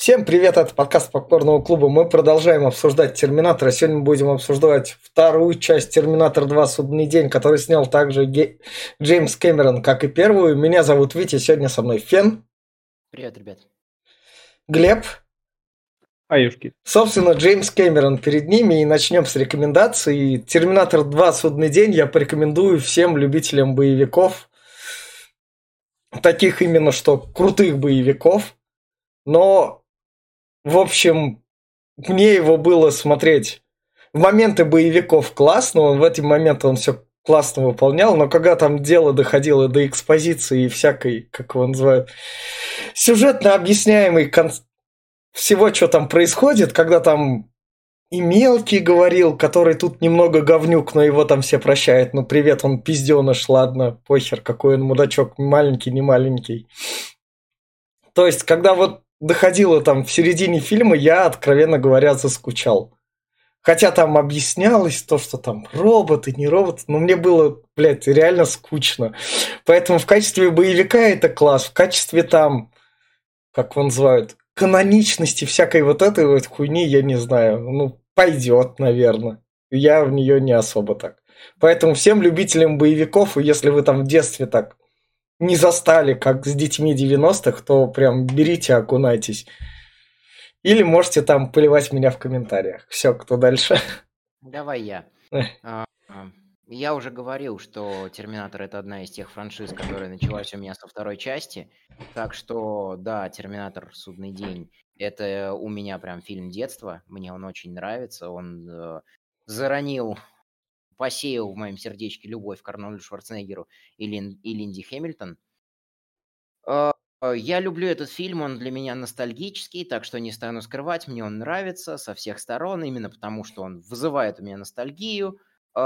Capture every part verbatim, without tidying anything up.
Всем привет, это подкаст Попкорного клуба. Мы продолжаем обсуждать Терминатора. Сегодня мы будем обсуждать вторую часть Терминатор два. Судный день, который снял также Ге... Джеймс Кэмерон, как и первую. Меня зовут Витя, сегодня со мной Фен. Привет, ребят. Глеб. Аюшки. Собственно, Джеймс Кэмерон перед ними, и начнем с рекомендаций. Терминатор два. Судный день я порекомендую всем любителям боевиков. Таких именно, что крутых боевиков. Но, в общем, мне его было смотреть в моменты боевиков классно, он в эти моменты он все классно выполнял, но когда там дело доходило до экспозиции и всякой, как его называют, сюжетно объясняемой кон... всего, что там происходит, когда там и Мелкий говорил, который тут немного говнюк, но его там все прощают, ну привет, он пизденыш, ладно, похер, какой он мудачок, маленький, не маленький. То есть, когда вот доходило там в середине фильма, я, откровенно говоря, заскучал. Хотя там объяснялось то, что там роботы, не роботы, но мне было, блядь, реально скучно. Поэтому в качестве боевика это класс, в качестве там, как его называют, каноничности всякой вот этой вот хуйни, я не знаю, ну, пойдет, наверное. Я в нее не особо так. Поэтому всем любителям боевиков, и если вы там в детстве так не застали, как с детьми девяностых, то прям берите, окунайтесь. Или можете там поливать меня в комментариях. Все, кто дальше? Давай я. Я уже говорил, что «Терминатор» — это одна из тех франшиз, которая началась у меня со второй части. Так что, да, «Терминатор. Судный день» — это у меня прям фильм детства. Мне он очень нравится. Он э, заронил... посеял в моем сердечке любовь к Арнольду Шварценеггеру и, Лин, и Линди Хэмилтон. Я люблю этот фильм, он для меня ностальгический, так что не стану скрывать, мне он нравится со всех сторон, именно потому что он вызывает у меня ностальгию.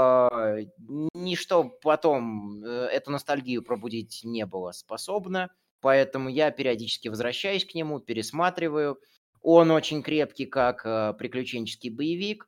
Ничто потом эту ностальгию пробудить не было способно, поэтому я периодически возвращаюсь к нему, пересматриваю. Он очень крепкий, как приключенческий боевик.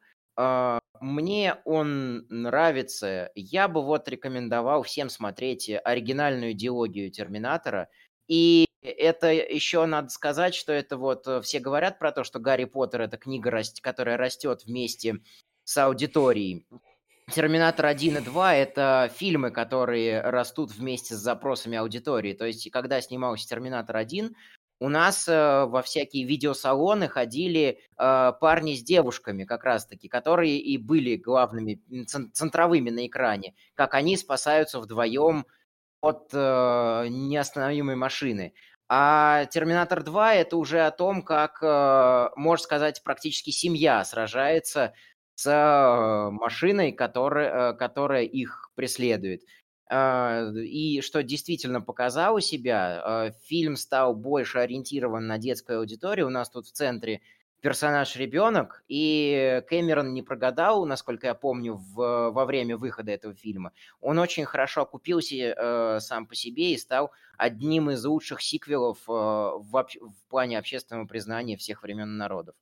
Мне он нравится. Я бы вот рекомендовал всем смотреть оригинальную дилогию Терминатора. И это еще надо сказать, что это вот все говорят про то, что Гарри Поттер — это книга, которая растет вместе с аудиторией. Терминатор один и два — это фильмы, которые растут вместе с запросами аудитории. То есть, когда снимался Терминатор один, у нас э, во всякие видеосалоны ходили э, парни с девушками, как раз-таки, которые и были главными, центровыми на экране, как они спасаются вдвоем от э, неостановимой машины. А «Терминатор два» — это уже о том, как, э, можно сказать, практически семья сражается с э, машиной, которая, э, которая их преследует. И что действительно показало себя, фильм стал больше ориентирован на детскую аудиторию. У нас тут в центре персонаж ребенок, и Кэмерон не прогадал, насколько я помню, в, во время выхода этого фильма. Он очень хорошо окупился э, сам по себе и стал одним из лучших сиквелов э, в, в плане общественного признания всех времен и народов.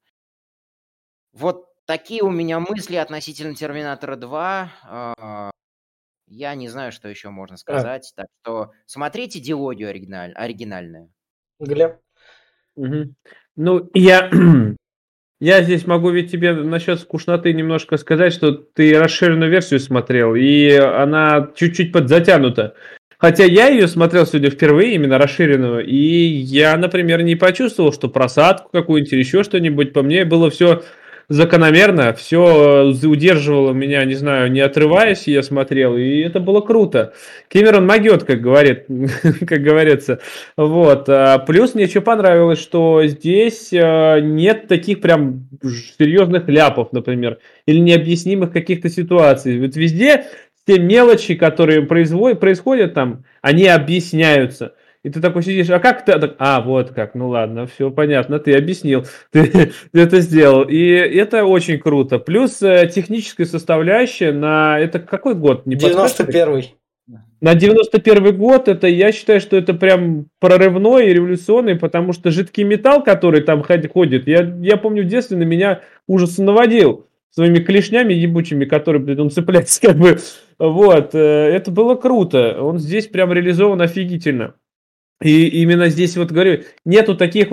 Вот такие у меня мысли относительно «Терминатора два». Э, Я не знаю, что еще можно сказать. А. Так что смотрите дилогию оригиналь... оригинальную. Глеб? Угу. Ну, я... я здесь могу ведь тебе насчет скучноты немножко сказать, что ты расширенную версию смотрел, и она чуть-чуть подзатянута. Хотя я ее смотрел сегодня впервые, именно расширенную, и я, например, не почувствовал, что просадку какую-нибудь или еще что-нибудь. По мне было все... закономерно, все удерживало меня, не знаю, не отрываясь, я смотрел, и это было круто. Кэмерон могет, как говорит, как говорится. Вот. Плюс мне еще понравилось, что здесь нет таких прям серьезных ляпов, например, или необъяснимых каких-то ситуаций. Вот везде те мелочи, которые производят, происходят там, они объясняются. И ты такой сидишь, а как ты? А, вот как, ну ладно, все понятно, ты объяснил, ты это сделал. И это очень круто. Плюс техническая составляющая на... Это какой год? Не девяносто первый. На девяносто первый год, это, я считаю, что это прям прорывной и революционный, потому что жидкий металл, который там ходит, я, я помню, в детстве на меня ужасно наводил своими клешнями ебучими, которые, блин, он цепляется как бы. Вот, это было круто. Он здесь прям реализован офигительно. И именно здесь вот говорю, нету таких вот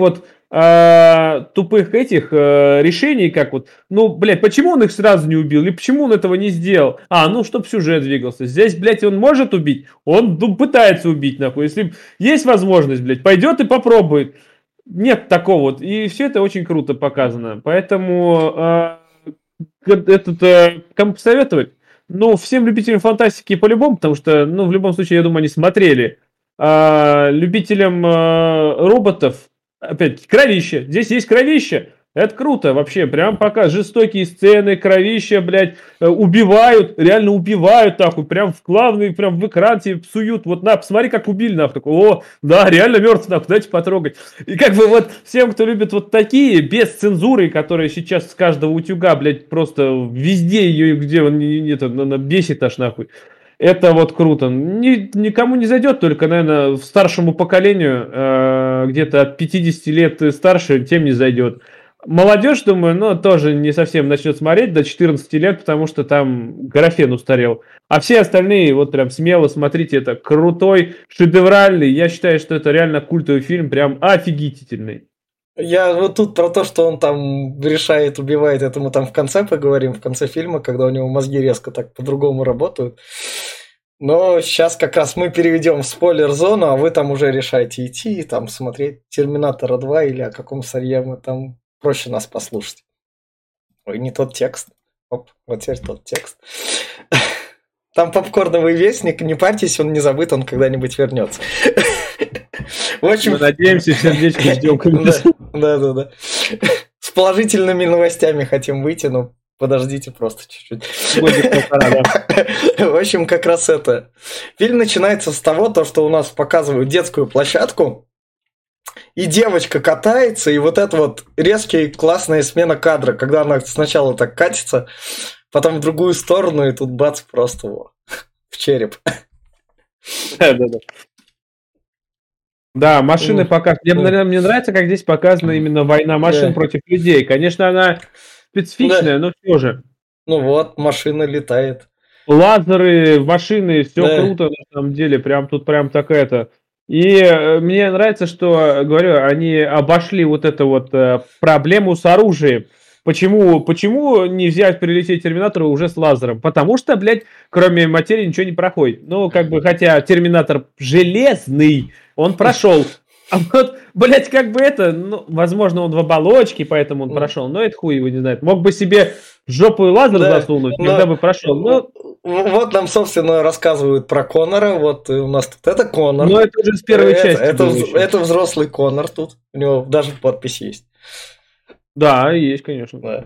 а, тупых этих а, решений, как вот, ну, блядь, почему он их сразу не убил, или почему он этого не сделал? А, ну, чтоб сюжет двигался. Здесь, блядь, он может убить, он ну, пытается убить, нахуй. Если есть возможность, блядь, пойдет и попробует. Нет такого вот. И все это очень круто показано. Поэтому а, этот, а, кому посоветовать? Ну, всем любителям фантастики по-любому, потому что, ну, в любом случае, я думаю, они смотрели. А, любителям а, роботов, опять, кровище. Здесь есть кровище. Это круто вообще. Прям пока жестокие сцены, кровища, блядь, убивают, реально убивают нахуй. Прям в главный, прям в экран тебе псуют. Вот на, посмотри, как убили нахуй. Такой, о, да, реально мертв нахуй, дайте потрогать. И как бы вот всем, кто любит вот такие, без цензуры, которые сейчас с каждого утюга, блядь, просто везде ее, где он это, она бесит аж нахуй. Это вот круто. Ни, никому не зайдет, только, наверное, старшему поколению, э, где-то от пятидесяти лет старше, тем не зайдет. Молодежь, думаю, ну, тоже не совсем начнет смотреть до четырнадцати лет, потому что там графен устарел. А все остальные, вот прям смело смотрите, это крутой, шедевральный. Я считаю, что это реально культовый фильм, прям офигительный. Я вот тут про то, что он там решает, убивает, это мы там в конце поговорим, в конце фильма, когда у него мозги резко так по-другому работают. Но сейчас как раз мы переведем в спойлер-зону, а вы там уже решаете идти и там смотреть Терминатора два или о каком сырье мы там проще нас послушать. Ой, не тот текст. Оп, вот теперь тот текст. Там попкорновый вестник, не парьтесь, он не забыт, он когда-нибудь вернется. В общем... Мы надеемся, сердечко ждем. Да, да, да. С положительными новостями хотим выйти, но подождите просто чуть-чуть. В общем, как раз это. Фильм начинается с того, то, что у нас показывают детскую площадку, и девочка катается, и вот это вот резкая классная смена кадра, когда она сначала так катится, потом в другую сторону, и тут бац, просто во, в череп. Да, да, да. Да, машины показаны. Мне, наверное, мне нравится, как здесь показана именно война машин да. против людей. Конечно, она специфичная, да. но все же. Ну вот, машина летает. Лазеры, машины, все да. круто на самом деле. Прям тут прям такая-то. И мне нравится, что, говорю, они обошли вот эту вот проблему с оружием. Почему, почему не взять, прилететь Терминатора уже с лазером? Потому что, блядь, кроме материи ничего не проходит. Ну, как бы, хотя Терминатор железный, он прошел. А вот, блядь, как бы это, ну, возможно, он в оболочке, поэтому он прошел. Но это хуй его не знает. Мог бы себе в жопу лазер да, засунуть, тогда бы прошел. Но... Вот нам, собственно, рассказывают про Коннора. Вот у нас тут это Коннор. Ну, это уже с первой это, части. Это, это взрослый Коннор тут. У него даже подпись есть. Да, есть, конечно. Да.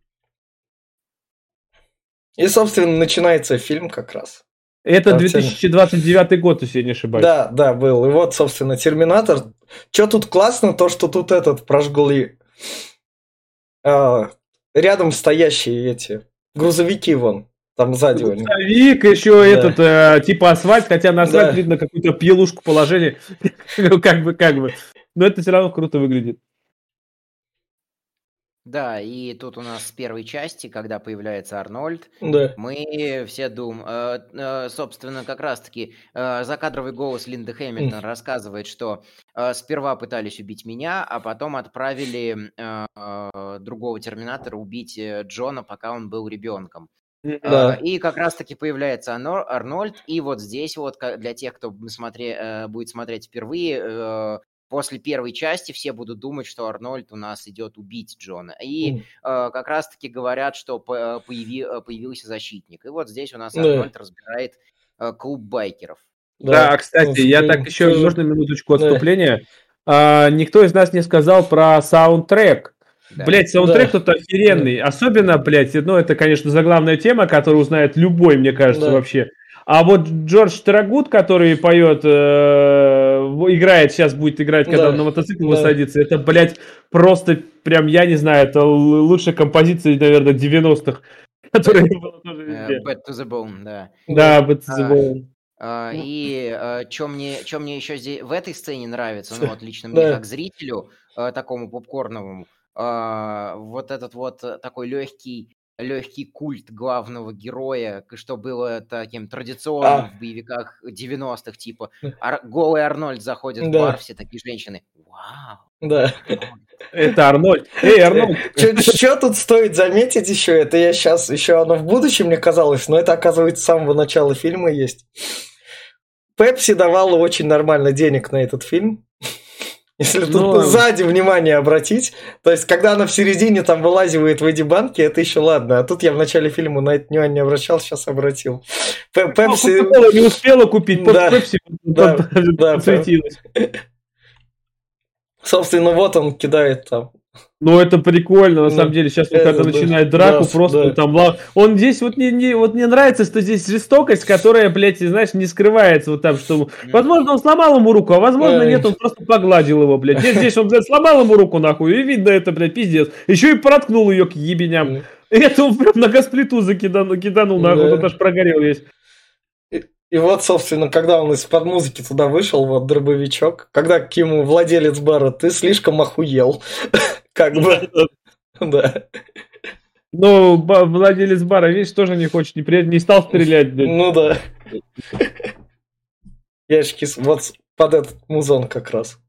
И, собственно, начинается фильм как раз. Это две тысячи двадцать девятый год, если я не ошибаюсь. Да, да, был. И вот, собственно, Терминатор. Что тут классно, то, что тут этот прожгли а, рядом стоящие эти грузовики вон. Там сзади. Грузовик, еще да. этот, э, типа асфальт, хотя на асфальт да. видно какую-то пьелушку положили. Как бы, как бы. Но это все равно круто выглядит. Да, и тут у нас с первой части, когда появляется Арнольд, да. мы все думаем, собственно, как раз-таки закадровый голос Линды Хэмилтон рассказывает, что сперва пытались убить меня, а потом отправили другого Терминатора убить Джона, пока он был ребенком. Да. И как раз-таки появляется Арнольд, и вот здесь вот для тех, кто смотри, будет смотреть впервые, после первой части все будут думать, что Арнольд у нас идет убить Джона. И mm. э, как раз-таки говорят, что появи, появился защитник. И вот здесь у нас Арнольд yeah. разбирает э, клуб байкеров. Да, да кстати, я так еще, тоже... можно минуточку отступления? Да. А, никто из нас не сказал про саундтрек. Да. Блять, саундтрек да. тут охеренный. Да. Особенно, блядь, ну это, конечно, заглавная тема, которую узнает любой, мне кажется, да. вообще. А вот Джордж Тарагут, который поет, э, играет, сейчас будет играть, когда да, он на мотоцикл да. высадится, это, блядь, просто прям, я не знаю, это лучшая композиция, наверное, девяностых, которая была тоже везде. Bad to the Bone, да. Да, Bad to the Bone. А, и а, что мне, что мне еще здесь, в этой сцене нравится, ну вот лично мне, да. как зрителю, а, такому попкорновому, а, вот этот вот такой легкий легкий культ главного героя, к- что было таким традиционным А, в боевиках девяностых, типа Ар- голый Арнольд заходит в да, бар, все такие женщины. Вау, да. Арнольд. Это Арнольд. Эй, Арнольд! Что тут стоит заметить еще? Это я сейчас еще оно в будущем мне казалось, но это оказывается с самого начала фильма есть. Пепси давала очень нормально денег на этот фильм. Если тут Ну, сзади внимание обратить, то есть когда она в середине там вылазивает в эти банки, это еще ладно. А тут я в начале фильма на это внимание не обращал, сейчас обратил. Пе- ну, Пепси, Кока-кола не успела купить, да, Пепси да, да, Пеп- подсветилась. собственно, вот он кидает там. Ну, это прикольно, на Ну, самом деле. Сейчас он, это когда да, начинает драку, да, просто да. он там... ла- Он здесь вот не, не- вот мне нравится, что здесь жестокость, которая, блядь, знаешь, не скрывается вот там, что... Возможно, он сломал ему руку, а возможно, Ай. нет, он просто погладил его, блядь. Здесь, здесь он, блядь, сломал ему руку, нахуй, и видно это, блядь, пиздец. Еще и проткнул ее к ебеням. М. И это он прям на госплиту закиданул, киданул, нахуй, Да. тут аж прогорел весь. И, и вот, собственно, когда он из-под музыки туда вышел, вот дробовичок, когда к ему владелец бара, ты слишком охуел. Как бы, да. Ну, ба- владелец бара, видишь, тоже не хочет, не, при- не стал стрелять, блядь. Ну да. Ящики с- вот под этот музон как раз.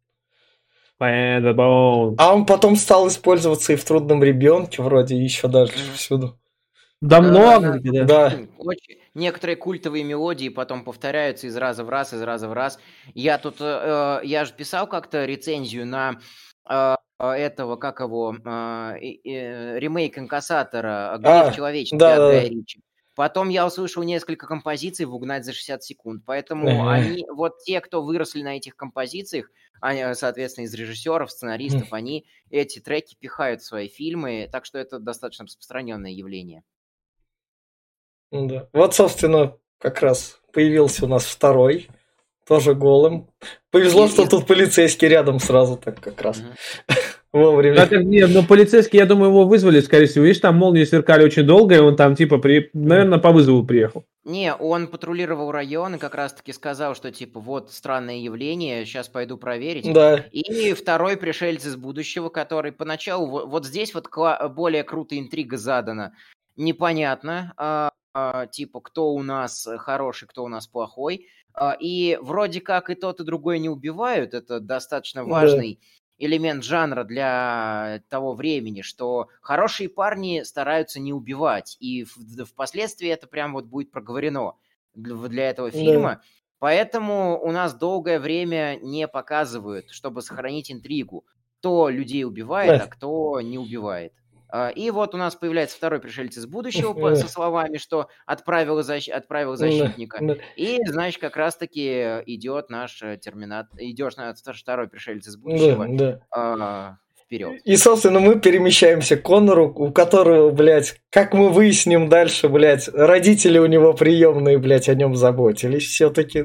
Понятно. А он потом стал использоваться и в «Трудном ребенке» вроде, и еще даже Мгм. всюду. Да Да, много да, где, да. Да. Очень- Некоторые культовые мелодии потом повторяются из раза в раз, из раза в раз. Я тут, э, э, я же писал как-то рецензию на э, этого, как его, э, и- э, ремейк «Инкассатора» «Гнев А, человеческий» да, от да, Гая да. Ричи. Потом я услышал несколько композиций в «Угнать за шестьдесят секунд». Поэтому Ага. они, вот те, кто выросли на этих композициях, они, соответственно, из режиссеров, сценаристов, они эти треки пихают в свои фильмы, так что это достаточно распространенное явление. Ну да. Вот, собственно, как раз появился у нас второй, тоже голым. Повезло, И- что и- тут полицейский рядом сразу так как раз Мгм. Да, вовремя. так, нет, но полицейский, я думаю, его вызвали, скорее всего. Видишь, там молнии сверкали очень долго, и он там, типа, при... наверное, по вызову приехал. Не, он патрулировал район и как раз-таки сказал, что типа вот странное явление, сейчас пойду проверить. Да. И второй пришелец из будущего, который поначалу во- вот здесь вот кла- более крутая интрига задана. Непонятно, а, а, типа кто у нас хороший, кто у нас плохой. А, и вроде как и тот, и другой не убивают. Это достаточно Да. важный элемент жанра для того времени, что хорошие парни стараются не убивать, и в- впоследствии это прям вот будет проговорено для, для этого Да. фильма. Поэтому у нас долгое время не показывают, чтобы сохранить интригу, кто людей убивает, Да. а кто не убивает. А, И вот у нас появляется второй пришелец из будущего по- Да. со словами, что отправил, защ- отправил Да. защитника. Да. И, значит, как раз-таки идет наш э, терминат, идешь на второй пришелец из Да, будущего да. а, вперед. И, собственно, мы перемещаемся к Коннору, у которого, блядь, как мы выясним дальше, блядь, родители у него приемные, блядь, о нем заботились все-таки.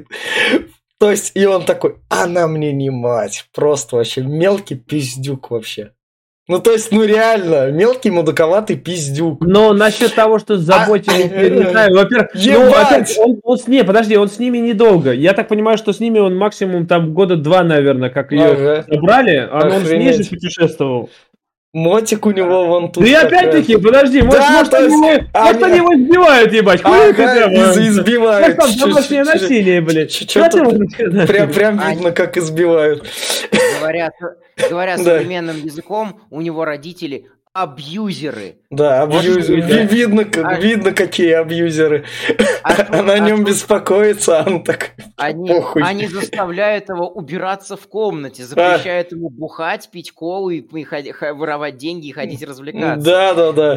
То есть, и он такой, она мне не мать, просто вообще мелкий пиздюк вообще. Ну, то есть, ну реально, мелкий мудаковатый пиздюк. Но насчет того, что заботились, А, я не знаю. Во-первых, ну, ебать! опять, он, он с ней, подожди, он с ними недолго. Я так понимаю, что с ними он максимум там года два, наверное, как ее Ага. забрали, а он с ней же Охренеть. путешествовал. Мотик у него вон тут. Да и как опять-таки, раз. подожди, может, Да, может, то они, есть, его, они- может, они его избивают, ебать, хули Ага, хотя бы. из- избивают. Может, там домашнее Чуть-чуть. насилие, блядь. Чё-то Что ты вот- Прям, прям Они- видно, как избивают. Говоря, говоря Да. современным языком, у него родители абьюзеры. Да, Может абьюзер. быть, да. Ви- Видно, как- А- видно, какие абьюзеры. А тут- Она о а нем тут беспокоится, а он так... Они, похуй. они заставляют его убираться в комнате, запрещают ему бухать, пить колу и, и ходи- ха- воровать деньги и ходить развлекаться. Да, да, да.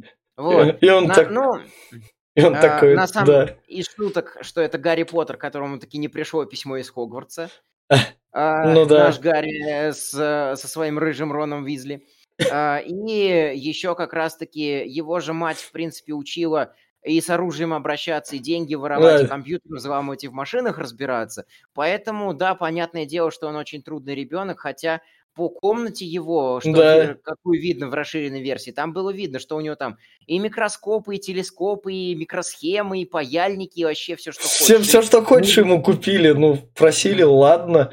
Вот. И он, На- так, ну, и он а, такой, на самом да. из шуток, что это Гарри Поттер, которому таки не пришло письмо из Хогвартса. А, А, ну да. Наш Гарри э, с, э, со своим рыжим Роном Уизли. А, И еще как раз-таки его же мать, в принципе, учила и с оружием обращаться, и деньги воровать, Да. и компьютер взламывать, и в машинах разбираться. Поэтому, да, понятное дело, что он очень трудный ребенок, хотя по комнате его, что Да. ви- какую видно в расширенной версии, там было видно, что у него там и микроскопы, и телескопы, и микросхемы, и паяльники, и вообще все, что Все, хочешь. все, что хочешь, ему купили. Ну, просили, ладно.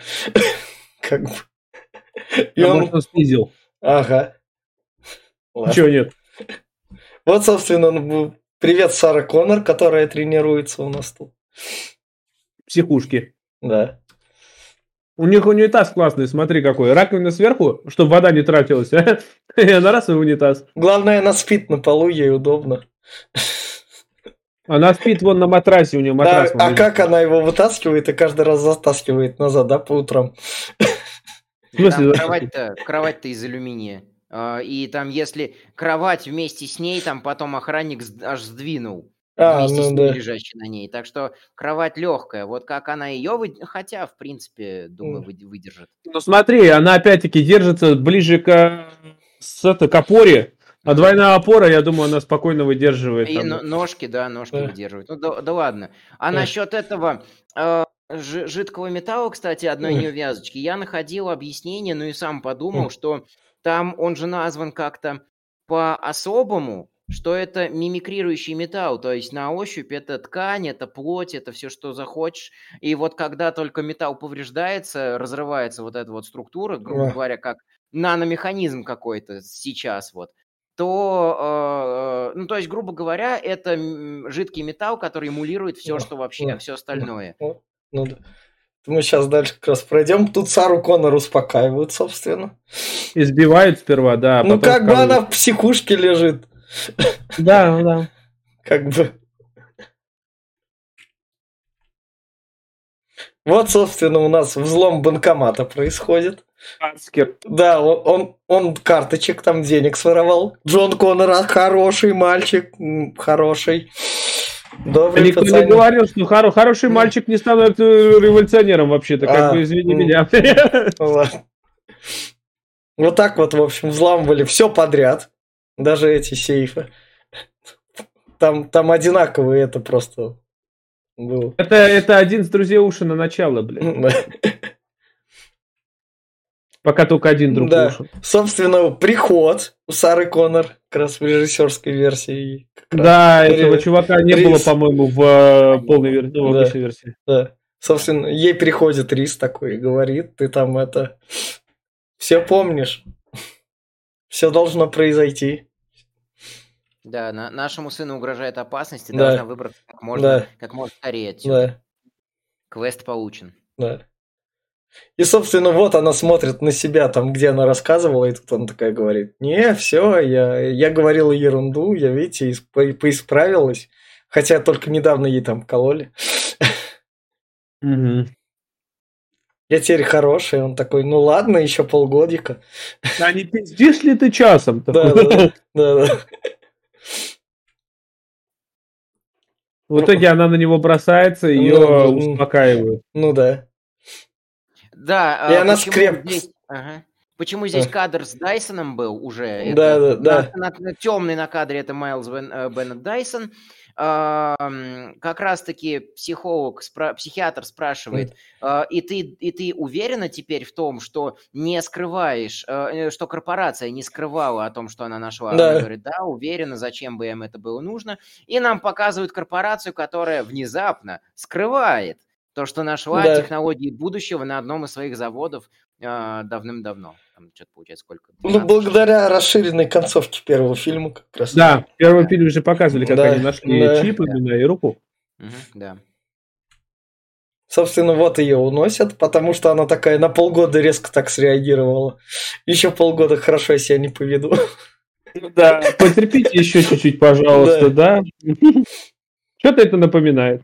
Как бы. И А он... может, он снизил. Ага. Ладно. Ничего нет. Вот, собственно, привет, Сара Коннор, которая тренируется у нас тут. Психушки. Да. У них унитаз классный, смотри какой. Раковина сверху, чтобы вода не тратилась. И она раз и унитаз. Главное, она спит на полу, ей удобно. Она спит вон на матрасе, у нее матрас. Да, а как она его вытаскивает и каждый раз затаскивает назад, да, по утрам? В смысле, Там да? кровать-то, кровать-то из алюминия. А, И там, если кровать вместе с ней, там потом охранник с- аж сдвинул А, вместе с ну ней, да. лежащей на ней. Так что кровать легкая. Вот как она ее... вы- Хотя, в принципе, думаю, М. вы- выдержит. Ну смотри, она опять-таки держится ближе к, с, это, к опоре. А Мгм. двойная опора, я думаю, она спокойно выдерживает. И Там. но- ножки, да, ножки Да. выдерживают. Ну да, да ладно. А Да. насчет этого э, жи- жидкого металла, кстати, одной М. неувязочки, я находил объяснение, ну и сам подумал, М. что там он же назван как-то по-особому, что это мимикрирующий металл, то есть на ощупь это ткань, это плоть, это все, что захочешь. И вот когда только металл повреждается, разрывается вот эта вот структура, грубо Да. говоря, как наномеханизм какой-то сейчас вот, то, э, ну, то есть, грубо говоря, это м, жидкий металл, который эмулирует все, Да. что вообще, Да. все Да. остальное. Вот. Ну да. Мы сейчас дальше как раз пройдем. Тут Сару Коннор успокаивают, собственно. Избивают сперва, да. а Ну, потом как бы вкалывают. она в психушке лежит. Да, ну да. Как бы. Вот, собственно, у нас взлом банкомата происходит. Ацкер. Да, он, он, он карточек там денег своровал. Джон Коннор а, хороший мальчик, м, хороший. Добрый Никто не пацан. говорил, что хоро- хороший Ну. мальчик не становится революционером вообще-то, как А, бы, извини м. меня. Вот. Вот так вот, в общем, взламывали все подряд. Даже эти сейфы. Там, там одинаковые это просто было. Это, это один из друзей Ушина начало, блядь. Пока только один друг Да. Ушин. Собственно, приход у Сары Коннор, как раз в режиссерской версии. Как раз Да, ре- этого чувака не Рис. было, по-моему, в э, полной версии, ну, в Да. обычной версии. Да. Собственно, ей приходит Рис такой и говорит, ты там это... Все помнишь. Все должно произойти. Да, на- нашему сыну угрожает опасность, и Да. должна выбраться как можно, Да. как можно скорее отсюда. Да, Квест получен. да. И, собственно, вот она смотрит на себя, там, где она рассказывала, и тут она такая говорит, не, все, я, я говорила ерунду, я, видите, исп- поисправилась, хотя только недавно ей там кололи. Мгм. Я теперь хороший, он такой, ну ладно, еще полгодика. А не пиздишь ли ты часом? Да, Такой. да, да, да. В итоге она на него бросается, ее Ну, м. успокаивают. Ну да. Да, И а она почему скреп- здесь, ага. Почему здесь А. кадр с Дайсоном был уже? Да, да, да. Темный на кадре это Майлз Бен- э, Беннет Дайсон. А, м, как раз-таки психолог, спра- психиатр спрашивает, а, и ты, и ты уверена теперь в том, что не скрываешь, э, что корпорация не скрывала о том, что она нашла? Да. Она говорит, да, уверена, зачем бы им это было нужно. И нам показывают корпорацию, которая внезапно скрывает то, что нашла Да. технологии будущего на одном из своих заводов а, давным-давно. Там что-то получается сколько? Ну, двенадцать благодаря расширенной концовке первого фильма как раз. Да, в первом фильме же показывали, как Да, они нашли да. чип именно и руку. Мгм, да. Собственно, вот ее уносят, потому что она такая на полгода резко так среагировала. Еще полгода хорошо я себя не поведу. Да, потерпите еще чуть-чуть, пожалуйста, да. Что-то это напоминает.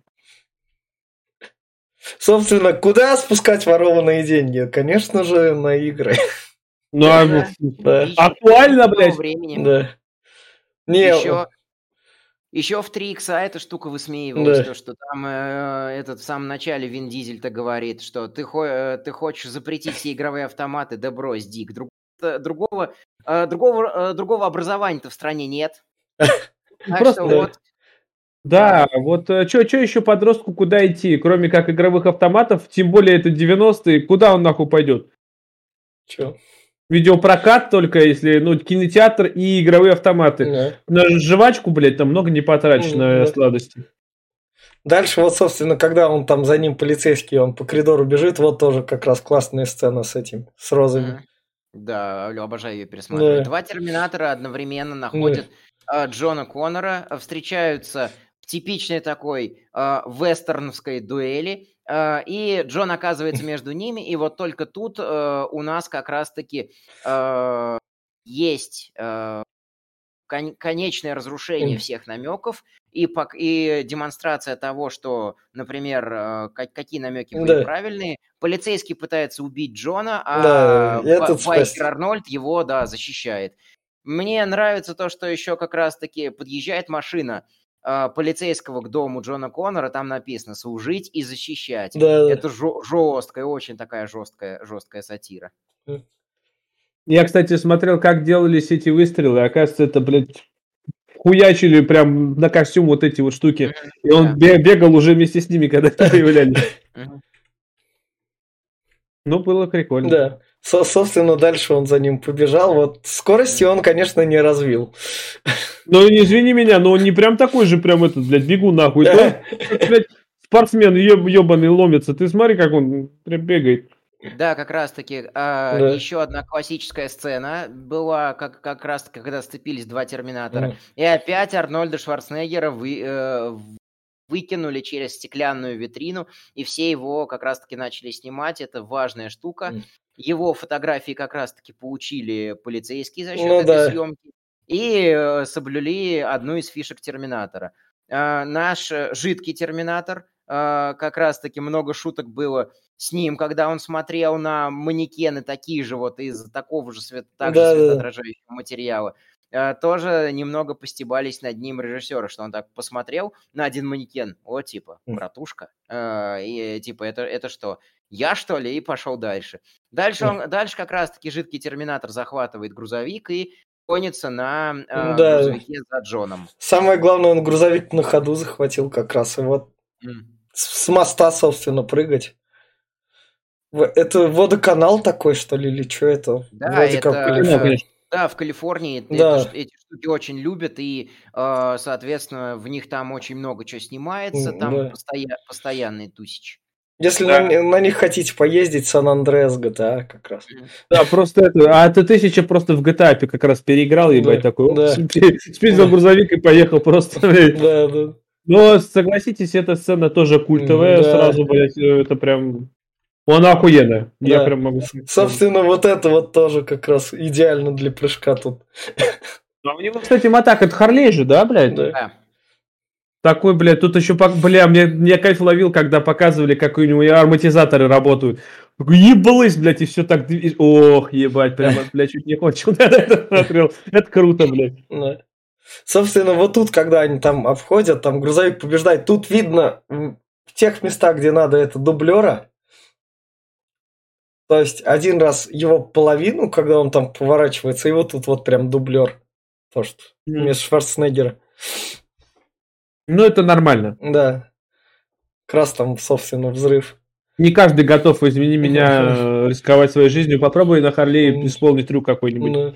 Собственно, куда спускать ворованные деньги? Конечно же, на игры. Ну, а Да. Да. Еще актуально, того блядь. времени. Да. Не, Еще, еще в три икса эта штука высмеивалась, Да. то, что там э, этот в самом начале Вин Дизель-то говорит, что ты, хо- э, ты хочешь запретить все игровые автоматы, да брось, Дик. Друг- э, другого, э, другого, э, другого образования-то в стране нет. Так Просто, что да. вот, да, вот что еще подростку куда идти, кроме как игровых автоматов, тем более это девяностые, куда он нахуй пойдет? Чё? Видеопрокат только, если, ну, кинотеатр и игровые автоматы. Да. На жвачку, блядь, там много не потратишь Мгм, на да. сладости. Дальше вот, собственно, когда он там за ним полицейский, он по коридору бежит, вот тоже как раз классная сцена с этим, с розами. мгм. Да, обожаю ее пересматривать. Да. Два терминатора одновременно находят а, Джона Коннора, а, встречаются в типичной такой а, вестернской дуэли, а, и Джон оказывается между ними, и вот только тут а, у нас как раз-таки а, есть а, кон- конечное разрушение М. всех намеков и, пок- и демонстрация того, что, например, э, ка- какие намеки были Да. правильные. Полицейский пытается убить Джона, Да, а и этот ба- байкер спасти. Арнольд его, да, защищает. Мне нравится то, что еще как раз-таки подъезжает машина а, полицейского к дому Джона Коннора, там написано «служить и защищать». Да, да. Это жё- жесткая, очень такая жесткая, жесткая сатира. Я, кстати, смотрел, как делались эти выстрелы. Оказывается, это, блядь, хуячили прям на костюм вот эти вот штуки. Мгм, И он да. бе- бегал уже вместе с ними, когда они появлялись. Мгм. Ну, было прикольно. Да. Со- собственно, дальше он за ним побежал. Вот скорости он, конечно, не развил. Ну, извини меня, но он не прям такой же, прям этот, блядь, бегу нахуй. То, блядь, спортсмен ёб- ёбаный ломится. Ты смотри, как он прям бегает. Да, как раз-таки а, Да. еще одна классическая сцена была, как, как раз-таки, когда сцепились два терминатора. Мгм. И опять Арнольда Шварценеггера вы, э, в- выкинули через стеклянную витрину, и все его как раз-таки начали снимать. Это важная штука. Мгм. Его фотографии как раз-таки получили полицейские за счет Ну этой да. съемки и э, соблюли одну из фишек Терминатора. А, наш э, жидкий Терминатор, а, как раз-таки много шуток было с ним, когда он смотрел на манекены такие же вот из такого же свет, также Да, да, да. светоотражающего материала. А, тоже немного постебались над ним режиссеры, что он так посмотрел на один манекен, о, типа, М. братушка, а, и типа, это, это что, я что ли? И пошел дальше. Дальше, он, дальше как раз-таки жидкий терминатор захватывает грузовик и гонится на а, Да. грузовике за Джоном. Самое главное, он грузовик на ходу захватил как раз. И вот М. с с моста, собственно, прыгать. В- Это водоканал такой, что ли, или что это? Да, Вроде как в это, Калифорнии. Ну, конечно. да, в Калифорнии это Да. ш- эти штуки очень любят, и, э, соответственно, в них там очень много чего снимается, М, там да. постоя- постоянные тысячи. Если Да. на, ни- на них хотите поездить, Сан-Андреас джи ти эй как раз. Да, просто это. А ты тысяча просто в джи ти эй как раз переиграл, ебать, Да, такой. оп, да. спи- Спиздил Да. грузовик и поехал просто, блядь. Да, да. Но согласитесь, эта сцена тоже культовая Да. сразу, блядь, э, это прям... Она охуенная. Я Да. прям могу... сказать. Собственно, вот это вот тоже как раз идеально для прыжка тут. А у него, кстати, мотак, это Харлей же, да, блядь? Да. Да. Такой, блядь, тут еще, пок- бля, мне, мне кайф ловил, когда показывали, как у него ароматизаторы работают. Такой, ебалась, блядь, и все так... дви- Ох, ебать, прям, блядь, чуть не кончил. Это смотрел. Это круто, блядь. Да. Собственно, вот тут, когда они там обходят, там грузовик побеждает, тут видно м, в тех местах, где надо, это дублера. То есть один раз его половину, когда он там поворачивается, и вот тут вот прям дублер. То, что Мгм. вместо Шварценеггера. Ну, это нормально. Да. Как раз там, собственно, взрыв. Не каждый готов, извини меня, э, рисковать своей жизнью. Попробуй на Харлее Мгм. исполнить трюк какой-нибудь. Да.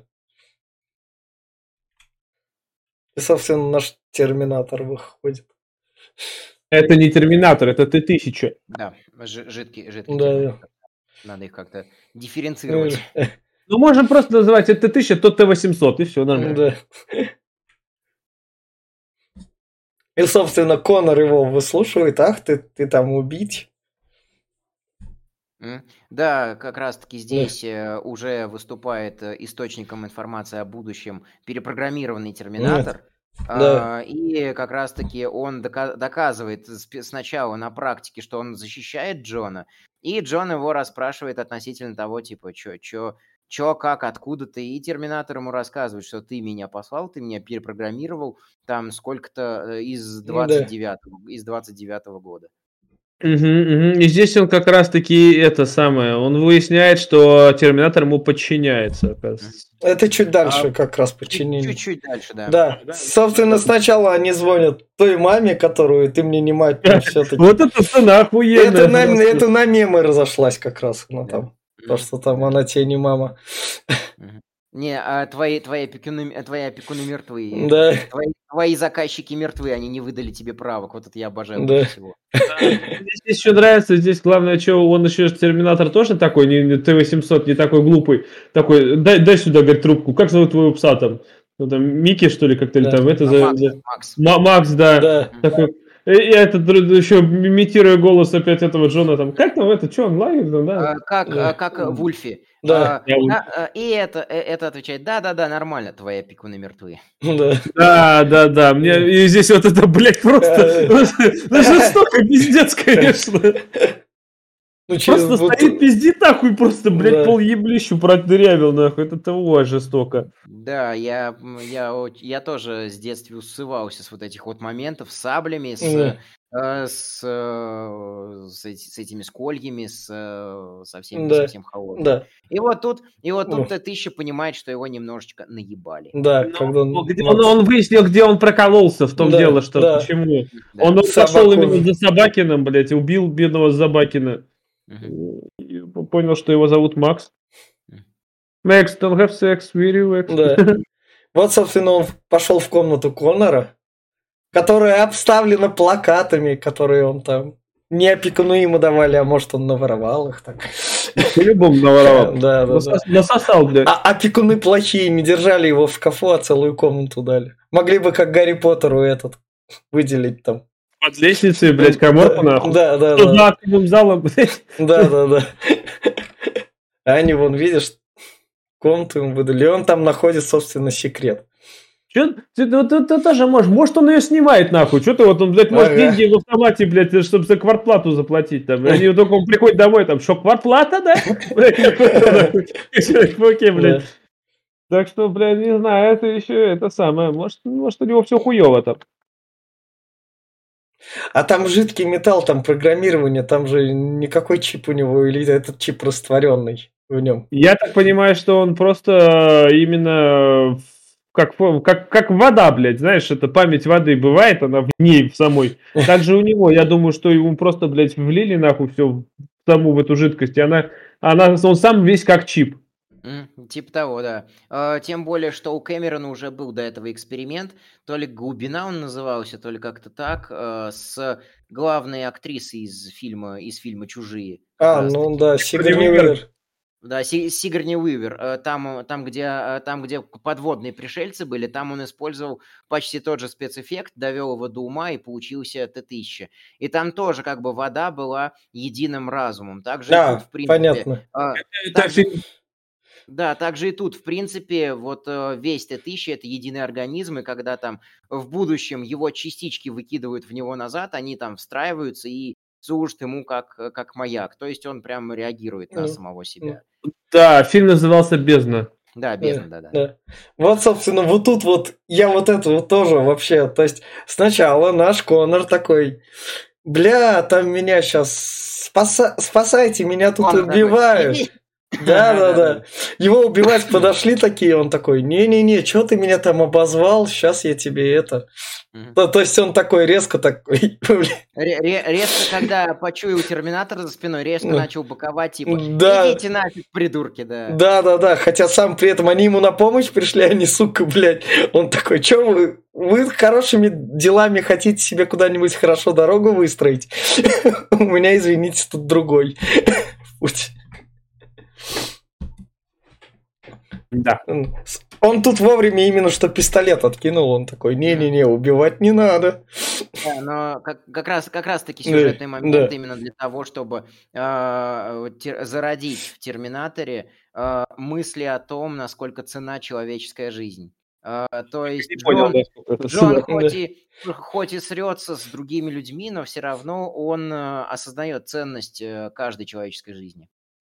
И, собственно, наш Терминатор выходит. Это не Терминатор, это Т-тысяча. Да, жи- жидкий, жидкий Да. терминатор. Надо их как-то дифференцировать. Ну, можем просто называть это Т-тысяча, то Т восемьсот, и все нормально. Да. И, собственно, Конор его выслушивает. Ах, ты, ты там убить. М. Да, как раз-таки здесь э, уже выступает э, источником информации о будущем перепрограммированный терминатор. Да. А, И как раз-таки он дока- доказывает спе- сначала на практике, что он защищает Джона, и Джон его расспрашивает относительно того, типа, чё, чё, чё, как, откуда ты, и терминатор ему рассказывает, что ты меня послал, ты меня перепрограммировал там сколько-то э, из Да. двадцать девятого, из двадцать девятого года. Мгм, мгм. И здесь он как раз-таки это самое, он выясняет, что Терминатор ему подчиняется, оказывается. Это чуть дальше А, как раз Чуть- подчинение. Чуть-чуть дальше, да. Да. Собственно, сначала они звонят той маме, которую ты мне не мать, но все-таки. Вот это цена охуенная. Это на, просто. это на мемы разошлась как раз. Она Да. там. Мгм. То, что там она тебе не мама. Мгм. Не, а твои, твои, опекуны, твои опекуны мертвы. Да. Твои, твои заказчики мертвы, они не выдали тебе правок. Вот это я обожаю Да. больше всего. Да, Здесь еще нравится, здесь главное, что он еще ж Терминатор тоже такой, не, не Т восемьсот, не такой глупый. Такой, дай, дай сюда, говорит, трубку. Как зовут твоего пса там? Ну, там Микки, что ли, как-то, или Да. там, это А, за... Макс, за- Макс. Ма- Макс, да. Да. Такой. И и этот дру- еще имитируя голос опять этого Джона, там, как там это, что он лайв, там, да? А, как, Да. а, как э, Вульфи. Да. А, Я вот- да, а, и это, э, это отвечает, да-да-да, нормально, твои опекуны мертвы. Да. Да, да, да. Мне и здесь вот это, блядь, просто ну, жестоко, пиздец, конечно. Ну, через Просто вот- стоит пиздит нахуй, просто, блядь, Да. пол еблищу продырявил, нахуй. Это того жестоко. Да, я, м, я, оч- я тоже с детства усывался с вот этих вот моментов с саблями, с, Да. э, с, э, с, эти- с этими скольями, с, э, со всем, Да. со всем холодным. Да. И вот тут, и вот Ох. тут ты еще понимаешь, что его немножечко наебали. Да, Но когда он... Ну, где он, он выяснил, где он прокололся, в том Да, дело, что да. почему. Да. Он Собаку. пошел именно за Собакиным, блядь, и убил бедного Собакина. Мгм. И понял, что его зовут Макс. Мгм. Max, don't have sex with you, Max. Да. Вот, собственно, он пошел в комнату Коннора, которая обставлена плакатами, которые он там... Не опекуны ему давали, а может, он наворовал их так. По-любому наворовал. Да, да, да. Насос- Насосал, блядь. А опекуны плохие, не держали его в шкафу, а целую комнату дали. Могли бы, как Гарри Поттеру этот, выделить там. Под лестницей, блядь, коморку, нахуй. Да, да, Что да. за актовым залом, блядь? Да, да, да. А они, вон, видишь, комнату ему выдали. И он там находит, собственно, секрет. Чё? Ты, ну, ты- ты тоже можешь. Может, он ее снимает, нахуй. Что ты вот, он, блядь, может, Ага. деньги в автомате, блядь, чтобы за квартплату заплатить. Там. И они только он приходит домой, там, что, квартплата, да? Блядь, окей, блядь. Да. Так что, блядь, не знаю, это еще это самое. Может, может у него все хуево там. А там жидкий металл, там программирование, там же никакой чип у него, или этот чип растворенный в нем. Я так понимаю, что он просто именно в- как, фо- как, как вода, блядь, знаешь, это память воды бывает, она в ней в самой. Также у него, я думаю, что ему просто, блядь, влили нахуй все в саму в эту жидкость, и она, она, он сам весь как чип. М, Типа того, да. А, Тем более, что у Кэмерона уже был до этого эксперимент, то ли «Глубина» он назывался, то ли как-то так, э, с главной актрисой из фильма, из фильма «Чужие». как А, раз ну таки. да, Сигурни Уивер. Уивер. Да, Си- Сигурни Уивер. Э, Там, э, там, где, э, там, где подводные пришельцы были, там он использовал почти тот же спецэффект, довел его до ума и получился Т тысяча. И там тоже как бы вода была единым разумом. Также и Да, тут, в принципе, понятно. а, Это также, фильм- да, также и тут, в принципе, вот э, весь Т тысяча это единый организм, и когда там в будущем его частички выкидывают в него назад, они там встраиваются и служат ему как, э, как маяк. То есть он прям реагирует на Ну, самого себя. Да, фильм назывался «Бездна». Да, бездна, да, да. Да. Вот, собственно, вот тут вот я вот это вот тоже вообще, то есть сначала наш Коннор такой, бля, там меня сейчас спасайте, меня тут Он такой, убивают. «Иди». Да, да, да. Да-да-да. Его убивать подошли такие, он такой, не-не-не, что ты меня там обозвал, сейчас я тебе это. Мгм. То, то есть он такой резко такой, бля, Ре- ре- Резко, когда почуял терминатор за спиной, резко Ну, начал боковать, типа, да. идите нафиг, придурки, да. да, да, да, хотя сам при этом они ему на помощь пришли, а не сука, блядь. Он такой, что вы, вы хорошими делами хотите себе куда-нибудь хорошо дорогу выстроить? У меня, извините, тут другой путь. Да. Он тут вовремя именно что пистолет откинул, он такой, не-не-не, убивать не надо. Да, но как, как раз как раз таки Да, сюжетный момент да. именно для того, чтобы э, тер- зародить в Терминаторе э, мысли о том, насколько ценна человеческая жизнь. Э, то есть Не понял, Джон, да, сколько это Джон сюда. хоть, Да. и, хоть и срется с другими людьми, но все равно он э, осознает ценность э, каждой человеческой жизни.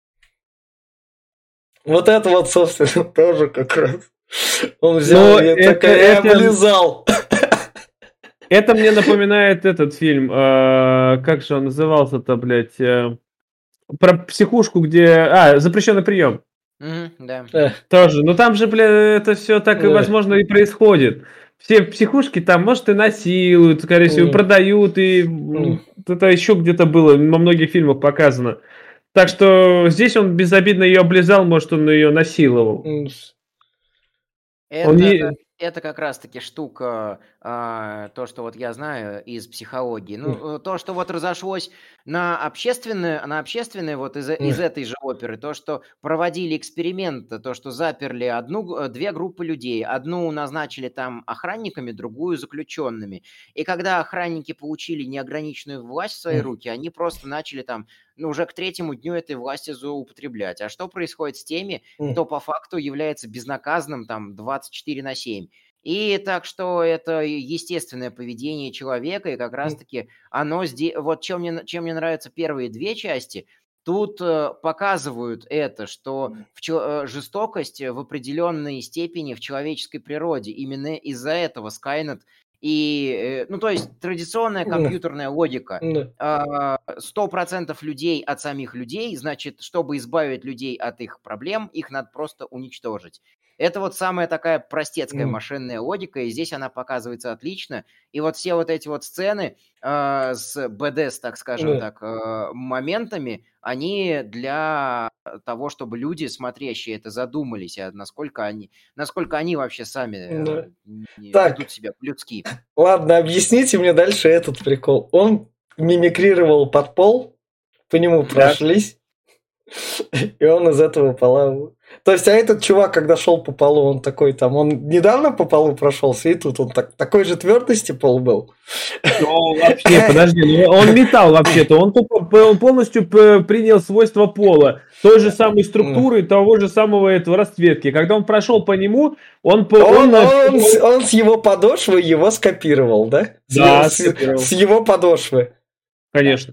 Вот это вот, собственно, тоже как раз. Он взял Но и это- такой, я это- облизал. Это мне напоминает этот фильм, э, как же он назывался-то, блядь, э, про психушку, где... А, «Запрещенный прием». Мгм, да. Э, Тоже. Но там же, бля, это все так и, Да. возможно, и происходит. Все психушки там, может, и насилуют, скорее всего, Мгм. продают, и м, Мгм. это еще где-то было, во многих фильмах показано. Так что здесь он безобидно ее облизал, может, он ее насиловал. м, Он Это, не... это как раз-таки штука, а, то, что вот я знаю из психологии. Ну, э, то, что вот разошлось на общественное, на общественное вот из, из этой же оперы, то, что проводили эксперименты, то, что заперли одну, э, две группы людей. Одну назначили там охранниками, другую заключенными. И когда охранники получили неограниченную власть в свои руки, они просто начали там, ну, уже к третьему дню этой власти злоупотреблять. А что происходит с теми, кто по факту является безнаказанным там двадцать четыре на семь? И так что это естественное поведение человека, и как раз-таки оно здесь... Вот чем мне, чем мне нравятся первые две части, тут э, показывают это, что в чел- э, жестокость в определенной степени в человеческой природе. Именно из-за этого Skynet и... э, ну, то есть традиционная компьютерная логика. Да. сто процентов людей от самих людей, значит, чтобы избавить людей от их проблем, их надо просто уничтожить. Это вот самая такая простецкая Мгм. машинная логика, и здесь она показывается отлично. И вот все вот эти вот сцены э, с бэ дэ эс, так скажем Да. так, э, моментами, они для того, чтобы люди, смотрящие это, задумались, а насколько они, насколько они вообще сами э, Да. не- Так. ведут себя по-людски. Ладно, объясните мне дальше этот прикол. Он мимикрировал под пол, по нему Да. прошлись, и он из этого пола... То есть, а этот чувак, когда шел по полу, он такой там, он недавно по полу прошелся, и тут он так, такой же твердости пол был. Ну, вообще, подожди, ну, он металл вообще-то, он, тупо- он полностью п- принял свойства пола, той же самой структуры, того же самого этого расцветки. Когда он прошел по нему, он... по- Он, он- он, с- он с его подошвы его скопировал, да? С Да, его- с, скопировал. с его подошвы. Конечно.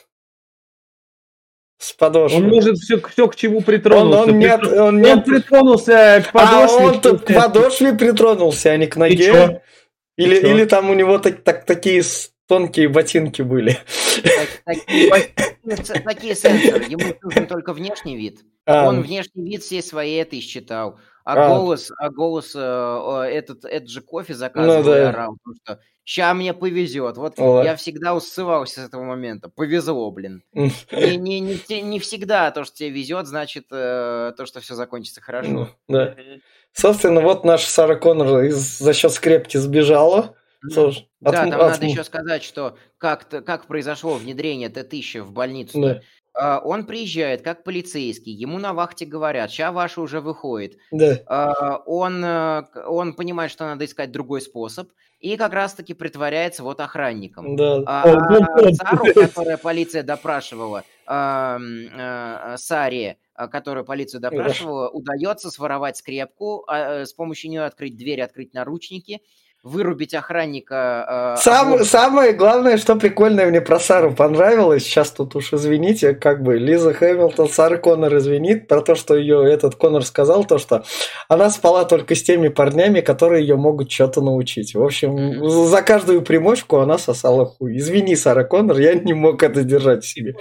С подошвы. Он может все, все к чему Он, притронулся. он нет, Притро- он он нет. притронулся к А подошве. он тут к подошве притронулся, а не к И ноге. чё? Или, И чё? или там у него так, так, такие с- тонкие ботинки были. Так- Такие такие сенсоры. Ему нужен только внешний вид. А, Он внешний вид всей своей этой считал. А А. голос, а голос, э, э, этот, этот же кофе заказывал Ну да. и орал, потому что ща мне повезет. Вот О. я всегда усывался с этого момента. Повезло, блин. м, Не, не, не, те- не всегда то, что тебе везет, значит э, то, что все закончится хорошо. ну, да. Собственно, вот наша Сара Коннор из- за счет скрепки сбежала. Тоже. Да, От- там от- надо еще сказать, что как, как произошло внедрение Т тысяча в больницу. Да, А, Он приезжает как полицейский, ему на вахте говорят, ща ваша уже выходит. да. А, Он, э, к- он понимает, что надо искать другой способ, и как раз-таки притворяется вот охранником. Да. А, Он- он- а он- Сару, которая полиция допрашивала, а, м, а, Саре, а, которую полицию допрашивала, удается своровать скрепку, а, э, с помощью нее открыть дверь, открыть наручники, вырубить охранника. а, Сам- обложку. самое главное, что прикольное мне про Сару понравилось, сейчас тут уж извините, как бы Лиза Хэмилтон, Сара Коннор извинит про то, что ее этот Коннор сказал, то, что она спала только с теми парнями, которые ее могут что-то научить. В общем, Мгм. за каждую примочку она сосала хуй. Извини, Сара Коннор, я не мог это держать в себе.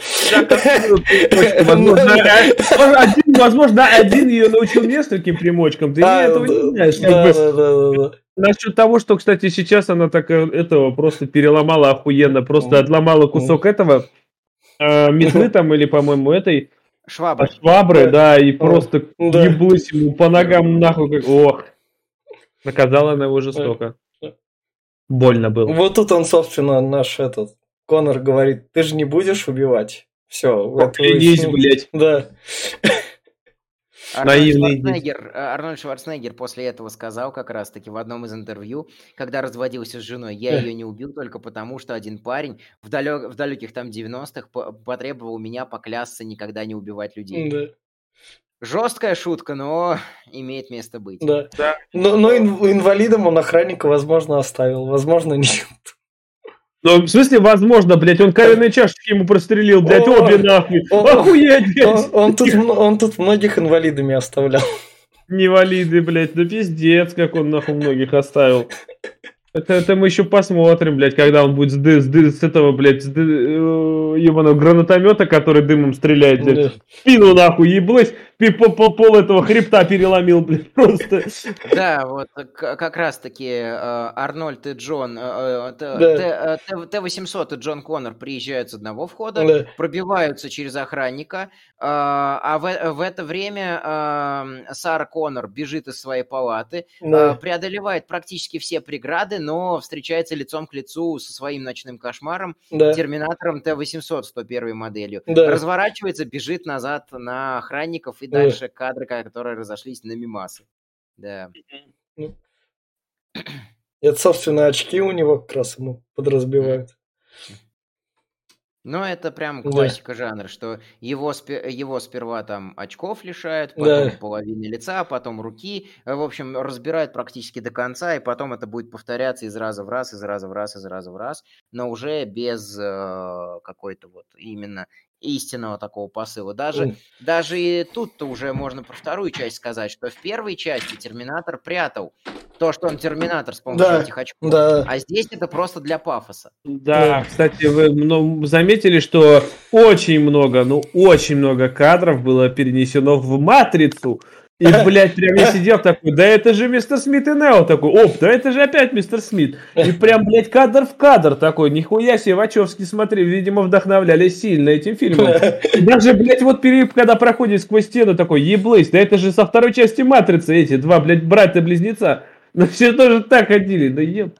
Возможно, один, возможно, один ее научил нескольким примочкам. Ты А, этого не знаешь. как да, бы. да, да, да, да. Насчет того, что, кстати, сейчас она так э, этого просто переломала охуенно, просто отломала кусок этого э, метлы там или, по-моему, этой Швабра. швабры, Да. да, и просто Да. еблась ему по ногам нахуй. Как... Ох, наказала она его жестоко. Больно было. Вот тут он, собственно, наш этот Коннор говорит, ты же не будешь убивать. Все, Клянись, блядь. Да. Арнольд Наивный Шварценеггер, э, Арнольд Шварценеггер после этого сказал как раз-таки в одном из интервью, когда разводился с женой, я Да. ее не убил только потому, что один парень в, далек- в далеких там девяностых по- потребовал меня поклясться никогда не убивать людей. Да. Жесткая шутка, но имеет место быть. Да. Да. Но, но ин- инвалидом он охранника, возможно, оставил. Возможно, нет. Ну, в смысле, возможно, блядь, он каменные чашечки ему прострелил, блядь, О, обе нахуй. о, Охуеть, блядь. Он, он тут, м- он тут многих инвалидами оставлял. Невалиды, блядь, да пиздец, как он нахуй многих оставил. Это, это мы еще посмотрим, блядь, когда он будет с, ды- с, ды- с этого, блядь, с ды- э, ебаного гранатомета, который дымом стреляет, блядь, Да. в спину нахуй еблась, пол этого хребта переломил, блин, просто. Да, вот как раз-таки Арнольд и Джон, Т восемьсот и Джон Коннор приезжают с одного входа, пробиваются через охранника, а в это время Сара Коннор бежит из своей палаты, преодолевает практически все преграды, но встречается лицом к лицу со своим ночным кошмаром, терминатором Т восемьсот сто первой моделью. Разворачивается, бежит назад на охранников и дальше кадры, которые разошлись на мемасы. Да. Это, собственно, очки у него как раз ему подразбивают. Ну, это прям классика да. жанра, что его, его сперва там очков лишают, потом да. половины лица, потом руки. В общем, разбирают практически до конца, и потом это будет повторяться из раза в раз, из раза в раз, из раза в раз, но уже без э, какой-то вот именно истинного такого посыла. Даже, mm. даже и тут-то уже можно про вторую часть сказать, что в первой части Терминатор прятал то, что он Терминатор с помощью да, этих очков. Да. А здесь это просто для пафоса. Да, да. Кстати, вы ну, заметили, что очень много, ну очень много кадров было перенесено в «Матрицу». И, блядь, прям я сидел такой, да это же мистер Смит и Нео такой, оп, да это же опять мистер Смит. И прям, блядь, кадр в кадр такой, нихуя себе, Вачовски, смотри, видимо, вдохновлялись сильно этим фильмом. И даже, блядь, вот когда проходит сквозь стену такой, еблысь, да это же со второй части «Матрицы» эти два, блядь, брата-близнеца. Ну все тоже так ходили, да еб.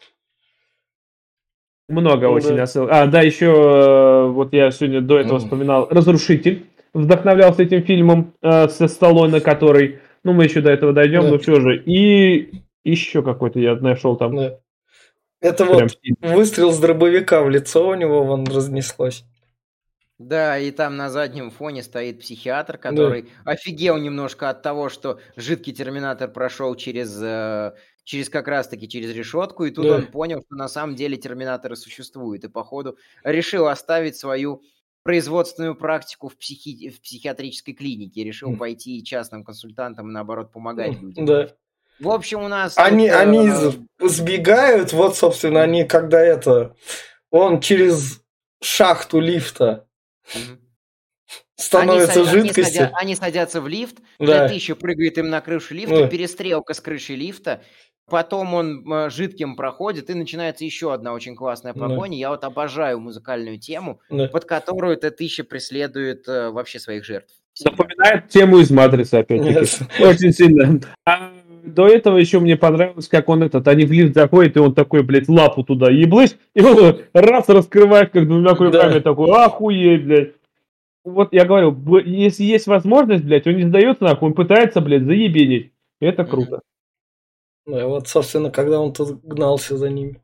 Много ну, очень да. осыл. А, да, еще, вот я сегодня до этого mm. вспоминал «Разрушитель». Вдохновлялся этим фильмом э, со Сталлоне, который, ну, мы еще до этого дойдем, да. но все же. И еще какой-то я нашел там. Да. Это прям вот фильм. Выстрел с дробовика в лицо у него вон разнеслось. Да, и там на заднем фоне стоит психиатр, который да. офигел немножко от того, что жидкий терминатор прошел через, э, через как раз-таки через решетку, и тут да. он понял, что на самом деле терминаторы существуют, и походу решил оставить свою производственную практику в, психи... в психиатрической клинике, решил mm. пойти частным консультантам и, наоборот, помогать mm. людям. Да. В общем, у нас... Они, тут, они э... сбегают, вот, собственно, они, когда это... Он через шахту лифта mm. становится они, жидкостью. Они, садя... они садятся в лифт, да. Т-тысяча прыгает им на крышу лифта, да. перестрелка с крыши лифта, потом он э, жидким проходит, и начинается еще одна очень классная погоня. Да. Я вот обожаю музыкальную тему, да. под которую Т-тысяча преследует э, вообще своих жертв. Напоминает тему из «Матрицы», опять-таки. Yes. Очень сильно. А до этого еще мне понравилось, как он этот, они в лифт заходят, и он такой, блядь, лапу туда еблысь, и он раз раскрывает, как двумя руками, да. такой, охуеть, блядь. Вот я говорю, если есть возможность, блядь, он не сдается нахуй, он пытается, блядь, заебенить. Это круто. Да, вот, собственно, когда он тут гнался за ними.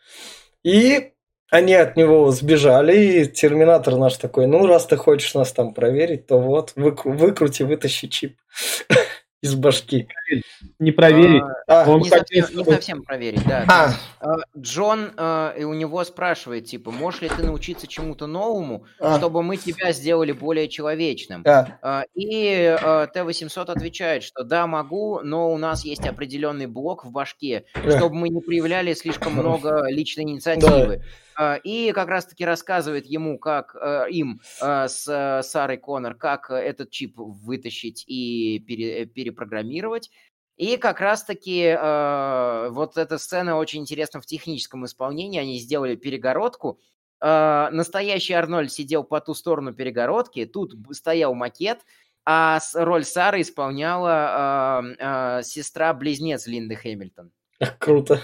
И они от него сбежали, и терминатор наш такой, ну, раз ты хочешь нас там проверить, то вот, выкру- выкрути, вытащи чип из башки. Не проверить. А, он не, совсем, не совсем проверить, да. А. Джон, и у него спрашивает, типа, можешь ли ты научиться чему-то новому, а. чтобы мы тебя сделали более человечным? А. И Т восемьсот отвечает, что да, могу, но у нас есть определенный блок в башке, а. чтобы мы не проявляли слишком много личной инициативы. Да. И как раз-таки рассказывает ему, как им с Сарой Коннор, как этот чип вытащить и пере, перепрограммировать. И как раз-таки э, вот эта сцена очень интересна в техническом исполнении. Они сделали перегородку. Э, настоящий Арнольд сидел по ту сторону перегородки. Тут стоял макет, а роль Сары исполняла э, э, сестра-близнец Линды Хэмилтон. Круто.